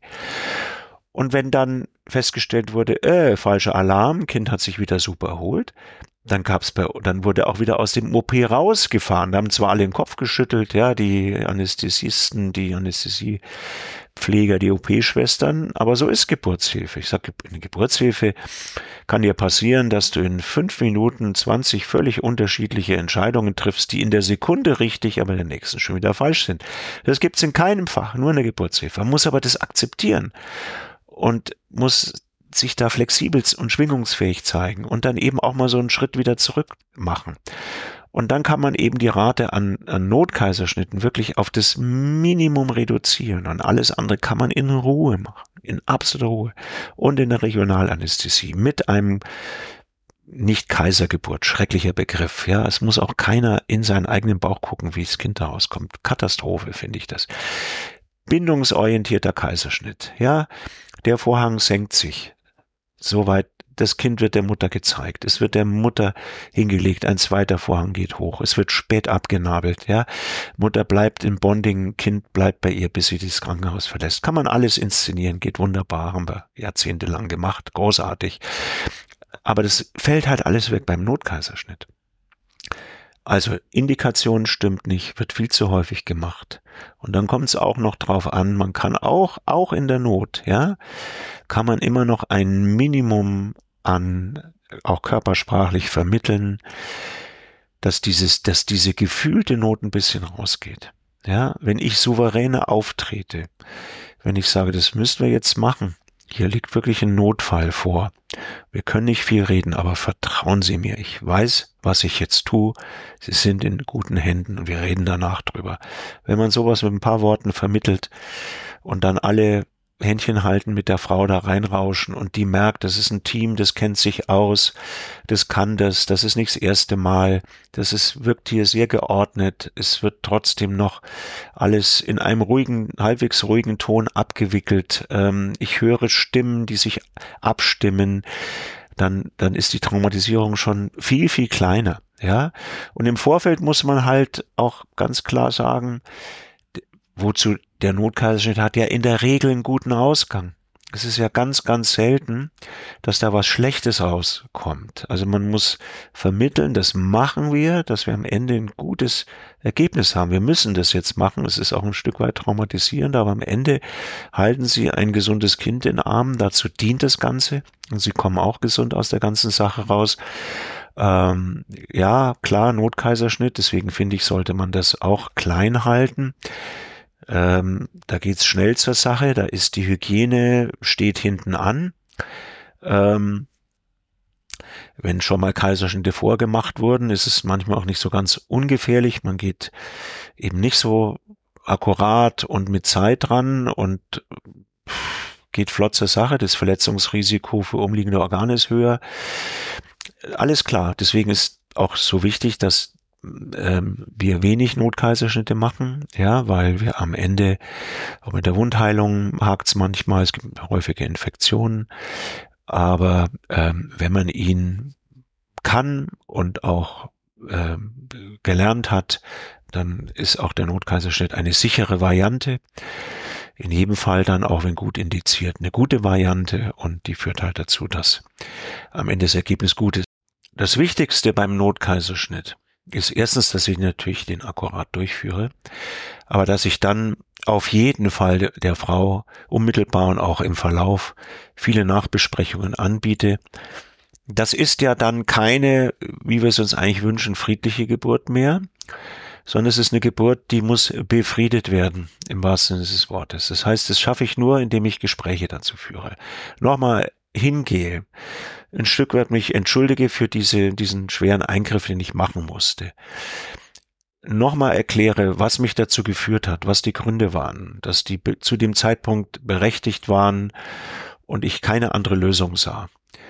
Und wenn dann festgestellt wurde, äh, falscher Alarm, Kind hat sich wieder super erholt, dann gab's bei, dann wurde auch wieder aus dem O P rausgefahren. Da haben zwar alle den Kopf geschüttelt, ja, die Anästhesisten, die Anästhesiepfleger, die O P-Schwestern, aber so ist Geburtshilfe. Ich sage, in Geburtshilfe kann dir passieren, dass du in fünf Minuten zwanzig völlig unterschiedliche Entscheidungen triffst, die in der Sekunde richtig, aber in der nächsten schon wieder falsch sind. Das gibt's in keinem Fach, nur in der Geburtshilfe. Man muss aber das akzeptieren und muss sich da flexibel und schwingungsfähig zeigen und dann eben auch mal so einen Schritt wieder zurück machen. Und dann kann man eben die Rate an, an Notkaiserschnitten wirklich auf das Minimum reduzieren und alles andere kann man in Ruhe machen, in absoluter Ruhe und in der Regionalanästhesie mit einem nicht Kaisergeburt, schrecklicher Begriff, ja, es muss auch keiner in seinen eigenen Bauch gucken, wie das Kind da rauskommt. Katastrophe, finde ich das. Bindungsorientierter Kaiserschnitt, ja, der Vorhang senkt sich. Soweit, das Kind wird der Mutter gezeigt. Es wird der Mutter hingelegt, ein zweiter Vorhang geht hoch. Es wird spät abgenabelt, ja. Mutter bleibt im Bonding, Kind bleibt bei ihr, bis sie das Krankenhaus verlässt. Kann man alles inszenieren, geht wunderbar, haben wir jahrzehntelang gemacht, großartig. Aber das fällt halt alles weg beim Notkaiserschnitt. Also Indikation stimmt nicht, wird viel zu häufig gemacht. Und dann kommt es auch noch drauf an, man kann auch, auch in der Not, ja, kann man immer noch ein Minimum an, auch körpersprachlich vermitteln, dass dieses, dass diese gefühlte Not ein bisschen rausgeht. Ja, wenn ich souveräner auftrete, wenn ich sage, das müssen wir jetzt machen, hier liegt wirklich ein Notfall vor. Wir können nicht viel reden, aber vertrauen Sie mir. Ich weiß, was ich jetzt tue. Sie sind in guten Händen und wir reden danach drüber. Wenn man sowas mit ein paar Worten vermittelt und dann alle Händchen halten, mit der Frau da reinrauschen und die merkt, das ist ein Team, das kennt sich aus, das kann das, das ist nicht das erste Mal, das ist, wirkt hier sehr geordnet, es wird trotzdem noch alles in einem ruhigen, halbwegs ruhigen Ton abgewickelt, ähm, ich höre Stimmen, die sich abstimmen, dann, dann ist die Traumatisierung schon viel, viel kleiner, ja, und im Vorfeld muss man halt auch ganz klar sagen, wozu der Notkaiserschnitt hat ja in der Regel einen guten Ausgang. Es ist ja ganz, ganz selten, dass da was Schlechtes rauskommt. Also man muss vermitteln, das machen wir, dass wir am Ende ein gutes Ergebnis haben. Wir müssen das jetzt machen. Es ist auch ein Stück weit traumatisierend, aber am Ende halten Sie ein gesundes Kind in den Armen. Dazu dient das Ganze. Und Sie kommen auch gesund aus der ganzen Sache raus. Ähm, ja, klar, Notkaiserschnitt. Deswegen finde ich, sollte man das auch klein halten. Ähm, da geht's schnell zur Sache, da ist die Hygiene, steht hinten an. Ähm, wenn schon mal Kaiserschnitte vorgemacht wurden, ist es manchmal auch nicht so ganz ungefährlich. Man geht eben nicht so akkurat und mit Zeit dran und geht flott zur Sache. Das Verletzungsrisiko für umliegende Organe ist höher. Alles klar, deswegen ist auch so wichtig, dass wir wenig Notkaiserschnitte machen, ja, weil wir am Ende, auch mit der Wundheilung hakt's manchmal, es gibt häufige Infektionen, aber ähm, wenn man ihn kann und auch ähm, gelernt hat, dann ist auch der Notkaiserschnitt eine sichere Variante, in jedem Fall dann auch, wenn gut indiziert, eine gute Variante und die führt halt dazu, dass am Ende das Ergebnis gut ist. Das Wichtigste beim Notkaiserschnitt ist erstens, dass ich natürlich den akkurat durchführe, aber dass ich dann auf jeden Fall der, der Frau unmittelbar und auch im Verlauf viele Nachbesprechungen anbiete. Das ist ja dann keine, wie wir es uns eigentlich wünschen, friedliche Geburt mehr, sondern es ist eine Geburt, die muss befriedet werden, im wahrsten Sinne des Wortes. Das heißt, das schaffe ich nur, indem ich Gespräche dazu führe. Nochmal hingehe, ein Stück weit mich entschuldige für diese, diesen schweren Eingriff, den ich machen musste. Nochmal erkläre, was mich dazu geführt hat, was die Gründe waren, dass die zu dem Zeitpunkt berechtigt waren und ich keine andere Lösung sah.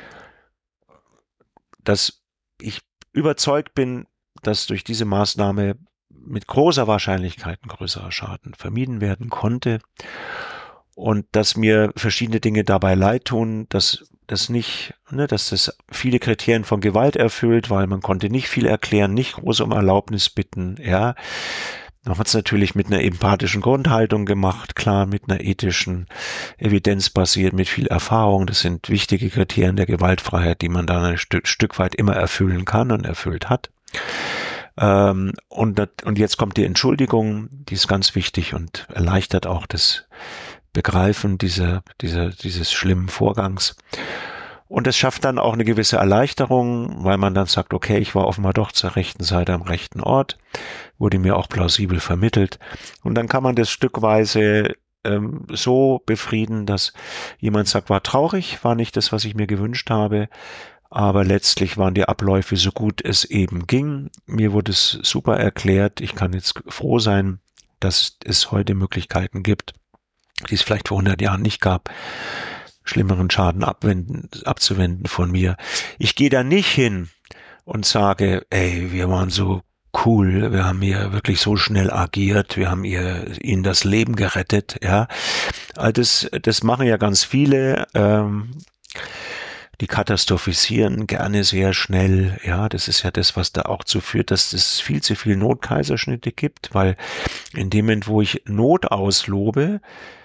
Dass ich überzeugt bin, dass durch diese Maßnahme mit großer Wahrscheinlichkeit ein größerer Schaden vermieden werden konnte und dass mir verschiedene Dinge dabei leid tun, dass das nicht, ne, dass das viele Kriterien von Gewalt erfüllt, weil man konnte nicht viel erklären, nicht groß um Erlaubnis bitten, ja. Man hat es natürlich mit einer empathischen Grundhaltung gemacht, klar, mit einer ethischen, evidenzbasiert, mit viel Erfahrung. Das sind wichtige Kriterien der Gewaltfreiheit, die man dann ein Stück, Stück weit immer erfüllen kann und erfüllt hat. Ähm, und, und jetzt kommt die Entschuldigung, die ist ganz wichtig und erleichtert auch das Begreifen dieser, dieser, dieses schlimmen Vorgangs. Und es schafft dann auch eine gewisse Erleichterung, weil man dann sagt, okay, ich war offenbar doch zur rechten Seite am rechten Ort, wurde mir auch plausibel vermittelt. Und dann kann man das stückweise ähm, so befrieden, dass jemand sagt, war traurig, war nicht das, was ich mir gewünscht habe, aber letztlich waren die Abläufe so gut es eben ging. Mir wurde es super erklärt. Ich kann jetzt froh sein, dass es heute Möglichkeiten gibt, die es vielleicht vor hundert Jahren nicht gab, schlimmeren Schaden abwenden, abzuwenden von mir. Ich gehe da nicht hin und sage, ey, wir waren so cool, wir haben hier wirklich so schnell agiert, wir haben ihr, ihnen das Leben gerettet, ja. Das, das machen ja ganz viele, ähm, die katastrophisieren gerne sehr schnell, ja, das ist ja das, was da auch zu führt, dass es viel zu viele Notkaiserschnitte gibt, weil in dem Moment, wo ich Not auslobe,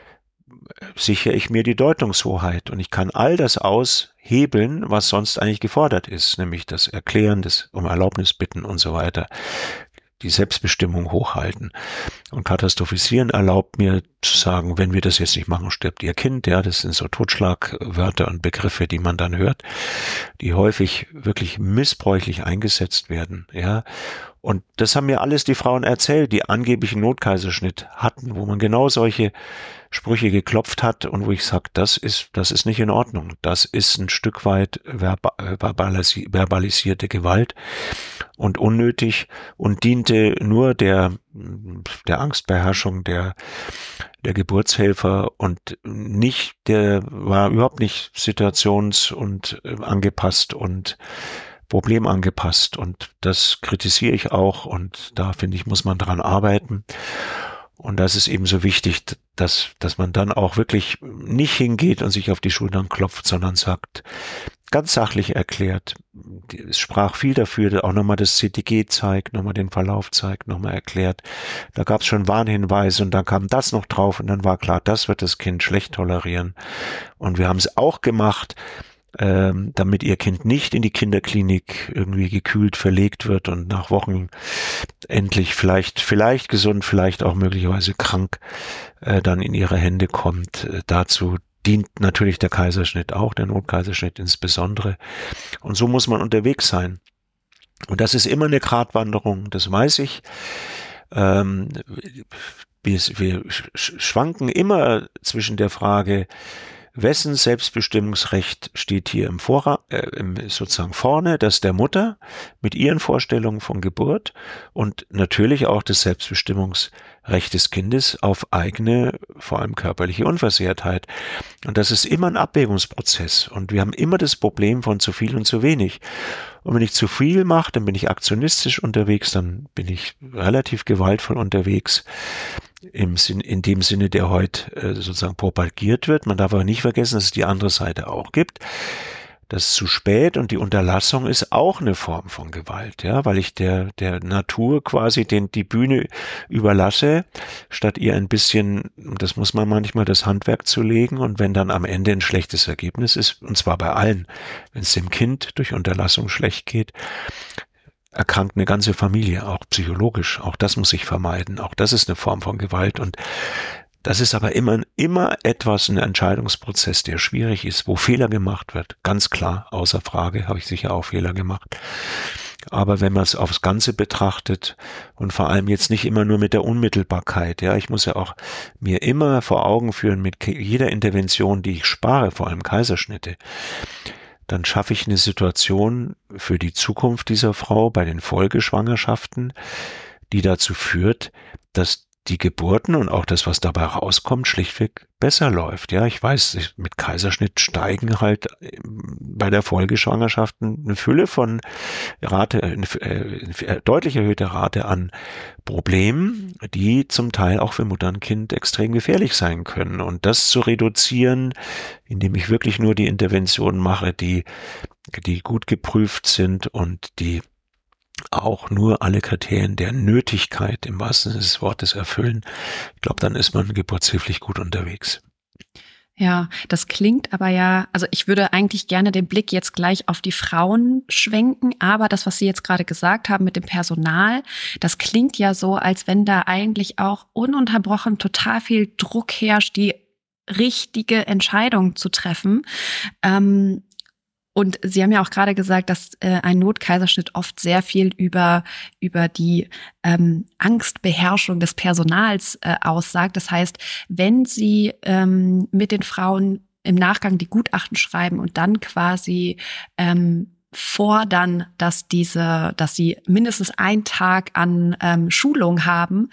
sichere ich mir die Deutungshoheit und ich kann all das aushebeln, was sonst eigentlich gefordert ist, nämlich das Erklären, das um Erlaubnis bitten und so weiter, die Selbstbestimmung hochhalten. Und katastrophisieren erlaubt mir zu sagen, wenn wir das jetzt nicht machen, stirbt ihr Kind. Ja, das sind so Totschlagwörter und Begriffe, die man dann hört, die häufig wirklich missbräuchlich eingesetzt werden. Ja, und das haben mir alles die Frauen erzählt, die angeblich einen Notkaiserschnitt hatten, wo man genau solche Sprüche geklopft hat und wo ich sage, das ist, das ist nicht in Ordnung. Das ist ein Stück weit verbalisi- verbalisierte Gewalt und unnötig und diente nur der, der Angstbeherrschung der, der Geburtshelfer und nicht, der war überhaupt nicht situations- und äh, angepasst und problemangepasst und das kritisiere ich auch und da finde ich, muss man dran arbeiten. Und das ist eben so wichtig, dass, dass man dann auch wirklich nicht hingeht und sich auf die Schultern klopft, sondern sagt, ganz sachlich erklärt. Es sprach viel dafür, auch nochmal das C T G zeigt, nochmal den Verlauf zeigt, nochmal erklärt. Da gab es schon Warnhinweise und dann kam das noch drauf und dann war klar, das wird das Kind schlecht tolerieren. Und wir haben es auch gemacht, ähm, damit ihr Kind nicht in die Kinderklinik irgendwie gekühlt verlegt wird und nach Wochen endlich vielleicht, vielleicht gesund, vielleicht auch möglicherweise krank äh, dann in ihre Hände kommt. Äh, dazu dient natürlich der Kaiserschnitt auch, der Notkaiserschnitt insbesondere. Und so muss man unterwegs sein. Und das ist immer eine Gratwanderung, das weiß ich. Ähm, wir, wir schwanken immer zwischen der Frage, wessen Selbstbestimmungsrecht steht hier im Vorra- äh, im, sozusagen vorne, das der Mutter mit ihren Vorstellungen von Geburt und natürlich auch das Selbstbestimmungsrecht des Kindes auf eigene, vor allem körperliche Unversehrtheit. Und das ist immer ein Abwägungsprozess und wir haben immer das Problem von zu viel und zu wenig. Und wenn ich zu viel mache, dann bin ich aktionistisch unterwegs, dann bin ich relativ gewaltvoll unterwegs. Im Sinn, in dem Sinne, der heute äh, sozusagen propagiert wird. Man darf aber nicht vergessen, dass es die andere Seite auch gibt. Das zu spät und die Unterlassung ist auch eine Form von Gewalt, ja, weil ich der der Natur quasi den die Bühne überlasse, statt ihr ein bisschen, das muss man manchmal, das Handwerk zu legen und wenn dann am Ende ein schlechtes Ergebnis ist, und zwar bei allen, wenn es dem Kind durch Unterlassung schlecht geht, erkrankt eine ganze Familie, auch psychologisch. Auch das muss ich vermeiden. Auch das ist eine Form von Gewalt. Und das ist aber immer, immer etwas, ein Entscheidungsprozess, der schwierig ist, wo Fehler gemacht wird. Ganz klar, außer Frage, habe ich sicher auch Fehler gemacht. Aber wenn man es aufs Ganze betrachtet und vor allem jetzt nicht immer nur mit der Unmittelbarkeit, ja, ich muss ja auch mir immer vor Augen führen, mit jeder Intervention, die ich spare, vor allem Kaiserschnitte, dann schaffe ich eine Situation für die Zukunft dieser Frau bei den Folgeschwangerschaften, die dazu führt, dass die Geburten und auch das, was dabei rauskommt, schlichtweg besser läuft. Ja, ich weiß, mit Kaiserschnitt steigen halt bei der Folgeschwangerschaft eine Fülle von Rate, eine deutlich erhöhte Rate an Problemen, die zum Teil auch für Mutter und Kind extrem gefährlich sein können. Und das zu reduzieren, indem ich wirklich nur die Interventionen mache, die, die gut geprüft sind und die auch nur alle Kriterien der Nötigkeit im wahrsten Sinne des Wortes erfüllen, ich glaube, dann ist man geburtshilflich gut unterwegs. Ja, das klingt aber ja, also ich würde eigentlich gerne den Blick jetzt gleich auf die Frauen schwenken, aber das, was Sie jetzt gerade gesagt haben mit dem Personal, das klingt ja so, als wenn da eigentlich auch ununterbrochen total viel Druck herrscht, die richtige Entscheidung zu treffen. Ähm, Und Sie haben ja auch gerade gesagt, dass äh, ein Notkaiserschnitt oft sehr viel über über die ähm, Angstbeherrschung des Personals äh, aussagt. Das heißt, wenn Sie ähm, mit den Frauen im Nachgang die Gutachten schreiben und dann quasi ähm, fordern, dass diese, dass sie mindestens einen Tag an ähm, Schulung haben,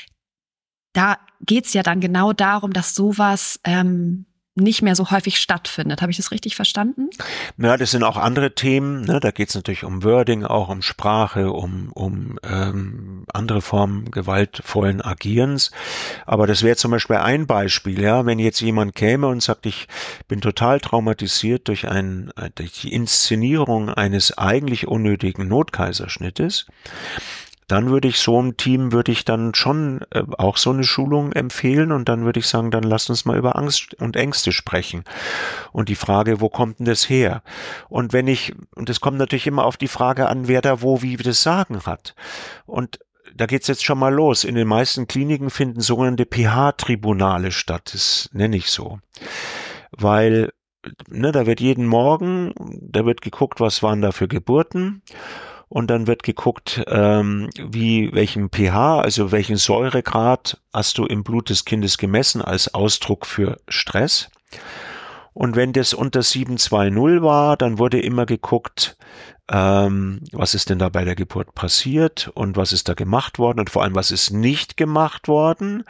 da geht's ja dann genau darum, dass sowas ähm, nicht mehr so häufig stattfindet. Habe ich das richtig verstanden? Ja, das sind auch andere Themen. Ne? Da geht es natürlich um Wording, auch um Sprache, um, um ähm, andere Formen gewaltvollen Agierens. Aber das wäre zum Beispiel ein Beispiel. Ja, wenn jetzt jemand käme und sagt, ich bin total traumatisiert durch, ein, durch die Inszenierung eines eigentlich unnötigen Notkaiserschnittes, dann würde ich so einem Team, würde ich dann schon äh, auch so eine Schulung empfehlen und dann würde ich sagen, dann lasst uns mal über Angst und Ängste sprechen. Und die Frage, wo kommt denn das her? Und wenn ich, und das kommt natürlich immer auf die Frage an, wer da wo wie das Sagen hat. Und da geht's jetzt schon mal los. In den meisten Kliniken finden sogenannte P H-Tribunale statt. Das nenne ich so. Weil, ne, da wird jeden Morgen, da wird geguckt, was waren da für Geburten. Und dann wird geguckt, ähm, wie welchen pH, also welchen Säuregrad hast du im Blut des Kindes gemessen als Ausdruck für Stress. Und wenn das unter sieben Komma zwanzig war, dann wurde immer geguckt, ähm, was ist denn da bei der Geburt passiert und was ist da gemacht worden und vor allem, was ist nicht gemacht worden,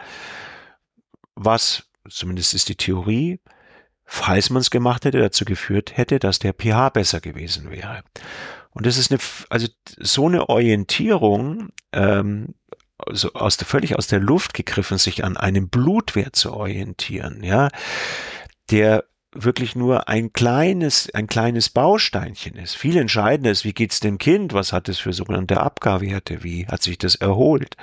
was, zumindest ist die Theorie, falls man es gemacht hätte, dazu geführt hätte, dass der pH besser gewesen wäre. Und das ist eine, also so eine Orientierung, ähm, also aus der, völlig aus der Luft gegriffen, sich an einem Blutwert zu orientieren, ja, der wirklich nur ein kleines, ein kleines Bausteinchen ist. Viel entscheidender ist, wie geht's dem Kind? Was hat es für sogenannte A P G A-Werte? Wie hat sich das erholt?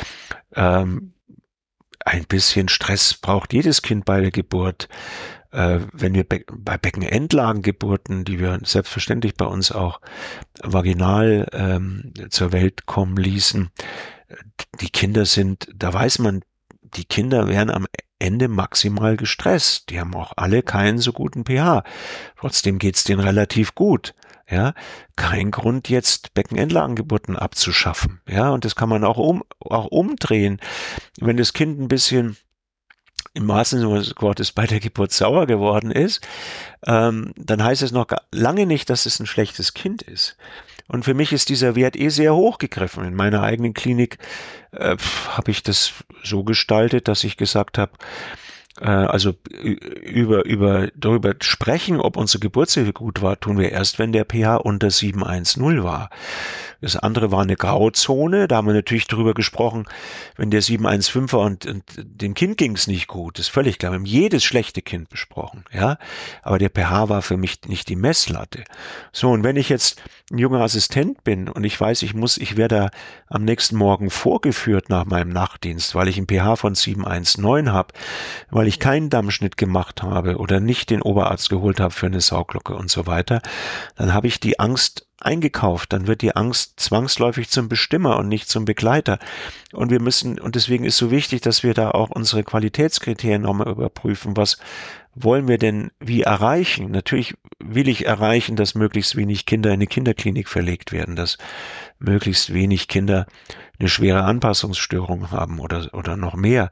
Ähm, ein bisschen Stress braucht jedes Kind bei der Geburt. Äh, wenn wir be- bei Beckenendlagengeburten, die wir selbstverständlich bei uns auch vaginal ähm, zur Welt kommen ließen, die Kinder sind, da weiß man, die Kinder werden am Ende maximal gestresst. Die haben auch alle keinen so guten pH. Trotzdem geht's denen relativ gut. Ja, kein Grund jetzt Beckenendlagengeburten abzuschaffen. Ja, und das kann man auch um auch umdrehen. Wenn das Kind ein bisschen im wahrsten Sinne des Wortes bei der Geburt sauer geworden ist, ähm, dann heißt es noch lange nicht, dass es ein schlechtes Kind ist. Und für mich ist dieser Wert eh sehr hoch gegriffen. In meiner eigenen Klinik äh, habe ich das so gestaltet, dass ich gesagt habe, äh, also über über darüber sprechen, ob unsere Geburtshilfe gut war, tun wir erst, wenn der pH unter sieben Komma zehn war. Das andere war eine Grauzone, da haben wir natürlich darüber gesprochen, wenn der sieben Komma fünfzehn war und, und dem Kind ging es nicht gut, das ist völlig klar. Wir haben jedes schlechte Kind besprochen, ja, aber der pH war für mich nicht die Messlatte. So, und wenn ich jetzt ein junger Assistent bin und ich weiß, ich muss, ich werde am nächsten Morgen vorgeführt nach meinem Nachtdienst, weil ich einen pH von sieben Komma neunzehn habe, weil ich keinen Dammschnitt gemacht habe oder nicht den Oberarzt geholt habe für eine Sauglocke und so weiter, dann habe ich die Angst eingekauft, dann wird die Angst zwangsläufig zum Bestimmer und nicht zum Begleiter. Und wir müssen, und deswegen ist so wichtig, dass wir da auch unsere Qualitätskriterien nochmal überprüfen. Was wollen wir denn wie erreichen? Natürlich will ich erreichen, dass möglichst wenig Kinder in eine Kinderklinik verlegt werden, dass möglichst wenig Kinder eine schwere Anpassungsstörung haben oder, oder noch mehr.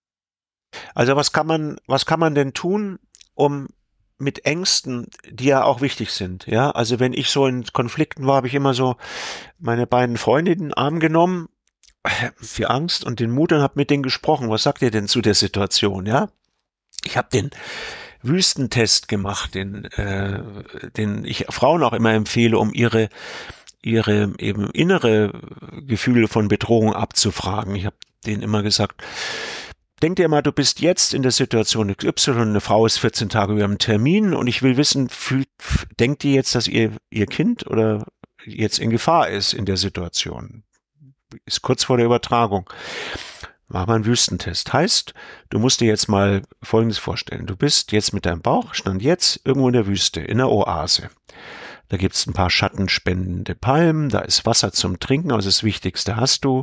Also was kann man, was kann man denn tun, um mit Ängsten, die ja auch wichtig sind, ja, also wenn ich so in Konflikten war, habe ich immer so meine beiden Freunde in den Arm genommen, für Angst und den Mut und habe mit denen gesprochen, was sagt ihr denn zu der Situation, ja, ich habe den Wüstentest gemacht, den, äh, den ich Frauen auch immer empfehle, um ihre ihre eben innere Gefühle von Bedrohung abzufragen. Ich habe denen immer gesagt, denk dir mal, du bist jetzt in der Situation X Y, eine Frau ist vierzehn Tage über einem Termin und ich will wissen, fühlt, denkt die jetzt, dass ihr, ihr Kind oder jetzt in Gefahr ist in der Situation? Ist kurz vor der Übertragung. Mach mal einen Wüstentest. Heißt, du musst dir jetzt mal Folgendes vorstellen. Du bist jetzt mit deinem Bauch, stand jetzt irgendwo in der Wüste, in der Oase. Da gibt's ein paar schattenspendende Palmen, da ist Wasser zum Trinken, also das Wichtigste hast du.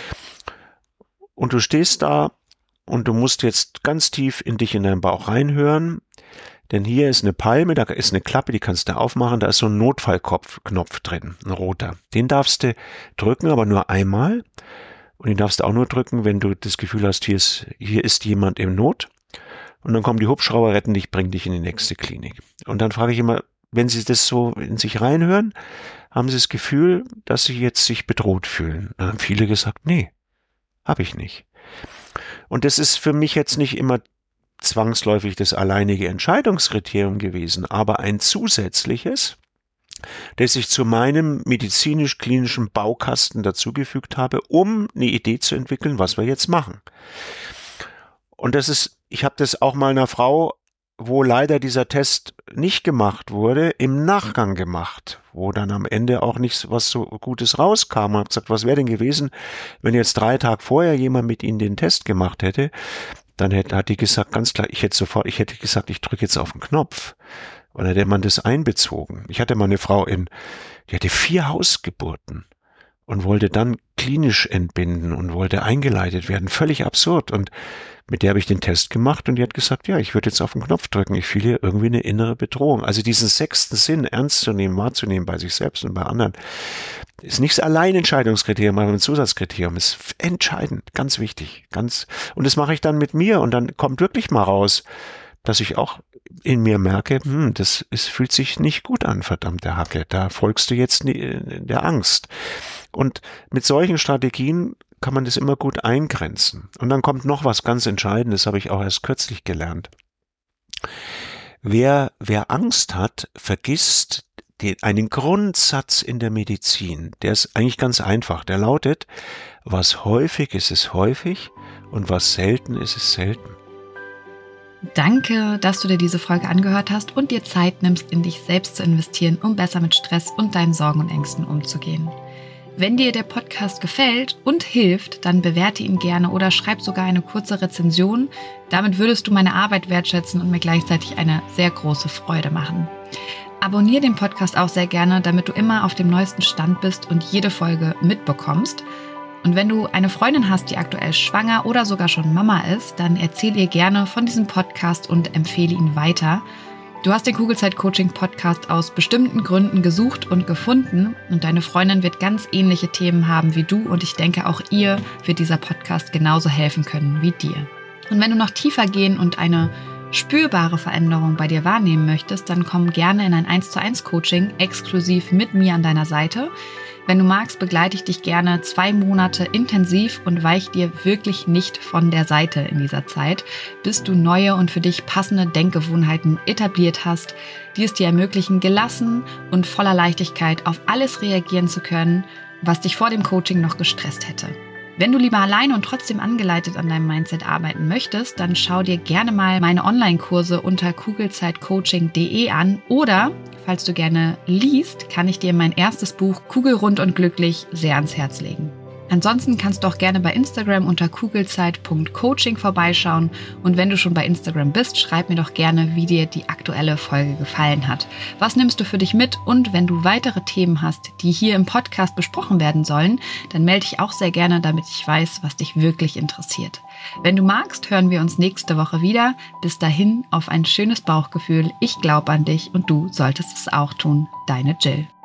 Und du stehst da und du musst jetzt ganz tief in dich, in deinen Bauch reinhören, denn hier ist eine Palme, da ist eine Klappe, die kannst du aufmachen, da ist so ein Notfallknopf drin, ein roter. Den darfst du drücken, aber nur einmal. Und den darfst du auch nur drücken, wenn du das Gefühl hast, hier ist, hier ist jemand in Not. Und dann kommen die Hubschrauber, retten dich, bringen dich in die nächste Klinik. Und dann frage ich immer, wenn sie das so in sich reinhören, haben sie das Gefühl, dass sie jetzt sich bedroht fühlen. Dann haben viele gesagt, nee, habe ich nicht. Und das ist für mich jetzt nicht immer zwangsläufig das alleinige Entscheidungskriterium gewesen, aber ein zusätzliches, das ich zu meinem medizinisch-klinischen Baukasten dazugefügt habe, um eine Idee zu entwickeln, was wir jetzt machen. Und das ist, ich habe das auch mal einer Frau, wo leider dieser Test nicht gemacht wurde, im Nachgang gemacht, wo dann am Ende auch nichts was so Gutes rauskam. Und habe gesagt, was wäre denn gewesen, wenn jetzt drei Tage vorher jemand mit Ihnen den Test gemacht hätte? Dann hätte, hat die gesagt, ganz klar, ich hätte sofort, ich hätte gesagt, ich drücke jetzt auf den Knopf. Und dann hätte man das einbezogen. Ich hatte mal eine Frau in, die hatte vier Hausgeburten und wollte dann klinisch entbinden und wollte eingeleitet werden. Völlig absurd. Und mit der habe ich den Test gemacht und die hat gesagt, ja, ich würde jetzt auf den Knopf drücken. Ich fühle hier irgendwie eine innere Bedrohung. Also diesen sechsten Sinn ernst zu nehmen, wahrzunehmen bei sich selbst und bei anderen, ist nicht das Alleinentscheidungskriterium, aber ein Zusatzkriterium. Ist entscheidend, ganz wichtig. ganz. Und das mache ich dann mit mir und dann kommt wirklich mal raus, dass ich auch in mir merke, hm, das ist, fühlt sich nicht gut an, verdammte Hacke. Da folgst du jetzt der Angst. Und mit solchen Strategien kann man das immer gut eingrenzen. Und dann kommt noch was ganz Entscheidendes, habe ich auch erst kürzlich gelernt. Wer, wer Angst hat, vergisst den, einen Grundsatz in der Medizin. Der ist eigentlich ganz einfach. Der lautet, was häufig ist, ist häufig und was selten ist, ist selten. Danke, dass du dir diese Folge angehört hast und dir Zeit nimmst, in dich selbst zu investieren, um besser mit Stress und deinen Sorgen und Ängsten umzugehen. Wenn dir der Podcast gefällt und hilft, dann bewerte ihn gerne oder schreib sogar eine kurze Rezension. Damit würdest du meine Arbeit wertschätzen und mir gleichzeitig eine sehr große Freude machen. Abonniere den Podcast auch sehr gerne, damit du immer auf dem neuesten Stand bist und jede Folge mitbekommst. Und wenn du eine Freundin hast, die aktuell schwanger oder sogar schon Mama ist, dann erzähl ihr gerne von diesem Podcast und empfehle ihn weiter. Du hast den Kugelzeit-Coaching-Podcast aus bestimmten Gründen gesucht und gefunden und deine Freundin wird ganz ähnliche Themen haben wie du und ich denke, auch ihr wird dieser Podcast genauso helfen können wie dir. Und wenn du noch tiefer gehen und eine spürbare Veränderung bei dir wahrnehmen möchtest, dann komm gerne in ein eins zu eins Coaching exklusiv mit mir an deiner Seite. Wenn du magst, begleite ich dich gerne zwei Monate intensiv und weiche dir wirklich nicht von der Seite in dieser Zeit, bis du neue und für dich passende Denkgewohnheiten etabliert hast, die es dir ermöglichen, gelassen und voller Leichtigkeit auf alles reagieren zu können, was dich vor dem Coaching noch gestresst hätte. Wenn du lieber alleine und trotzdem angeleitet an deinem Mindset arbeiten möchtest, dann schau dir gerne mal meine Online-Kurse unter kugelzeitcoaching punkt de an oder, falls du gerne liest, kann ich dir mein erstes Buch Kugelrund und glücklich sehr ans Herz legen. Ansonsten kannst du auch gerne bei Instagram unter kugelzeit punkt coaching vorbeischauen und wenn du schon bei Instagram bist, schreib mir doch gerne, wie dir die aktuelle Folge gefallen hat. Was nimmst du für dich mit und wenn du weitere Themen hast, die hier im Podcast besprochen werden sollen, dann melde dich auch sehr gerne, damit ich weiß, was dich wirklich interessiert. Wenn du magst, hören wir uns nächste Woche wieder. Bis dahin auf ein schönes Bauchgefühl. Ich glaube an dich und du solltest es auch tun. Deine Jill.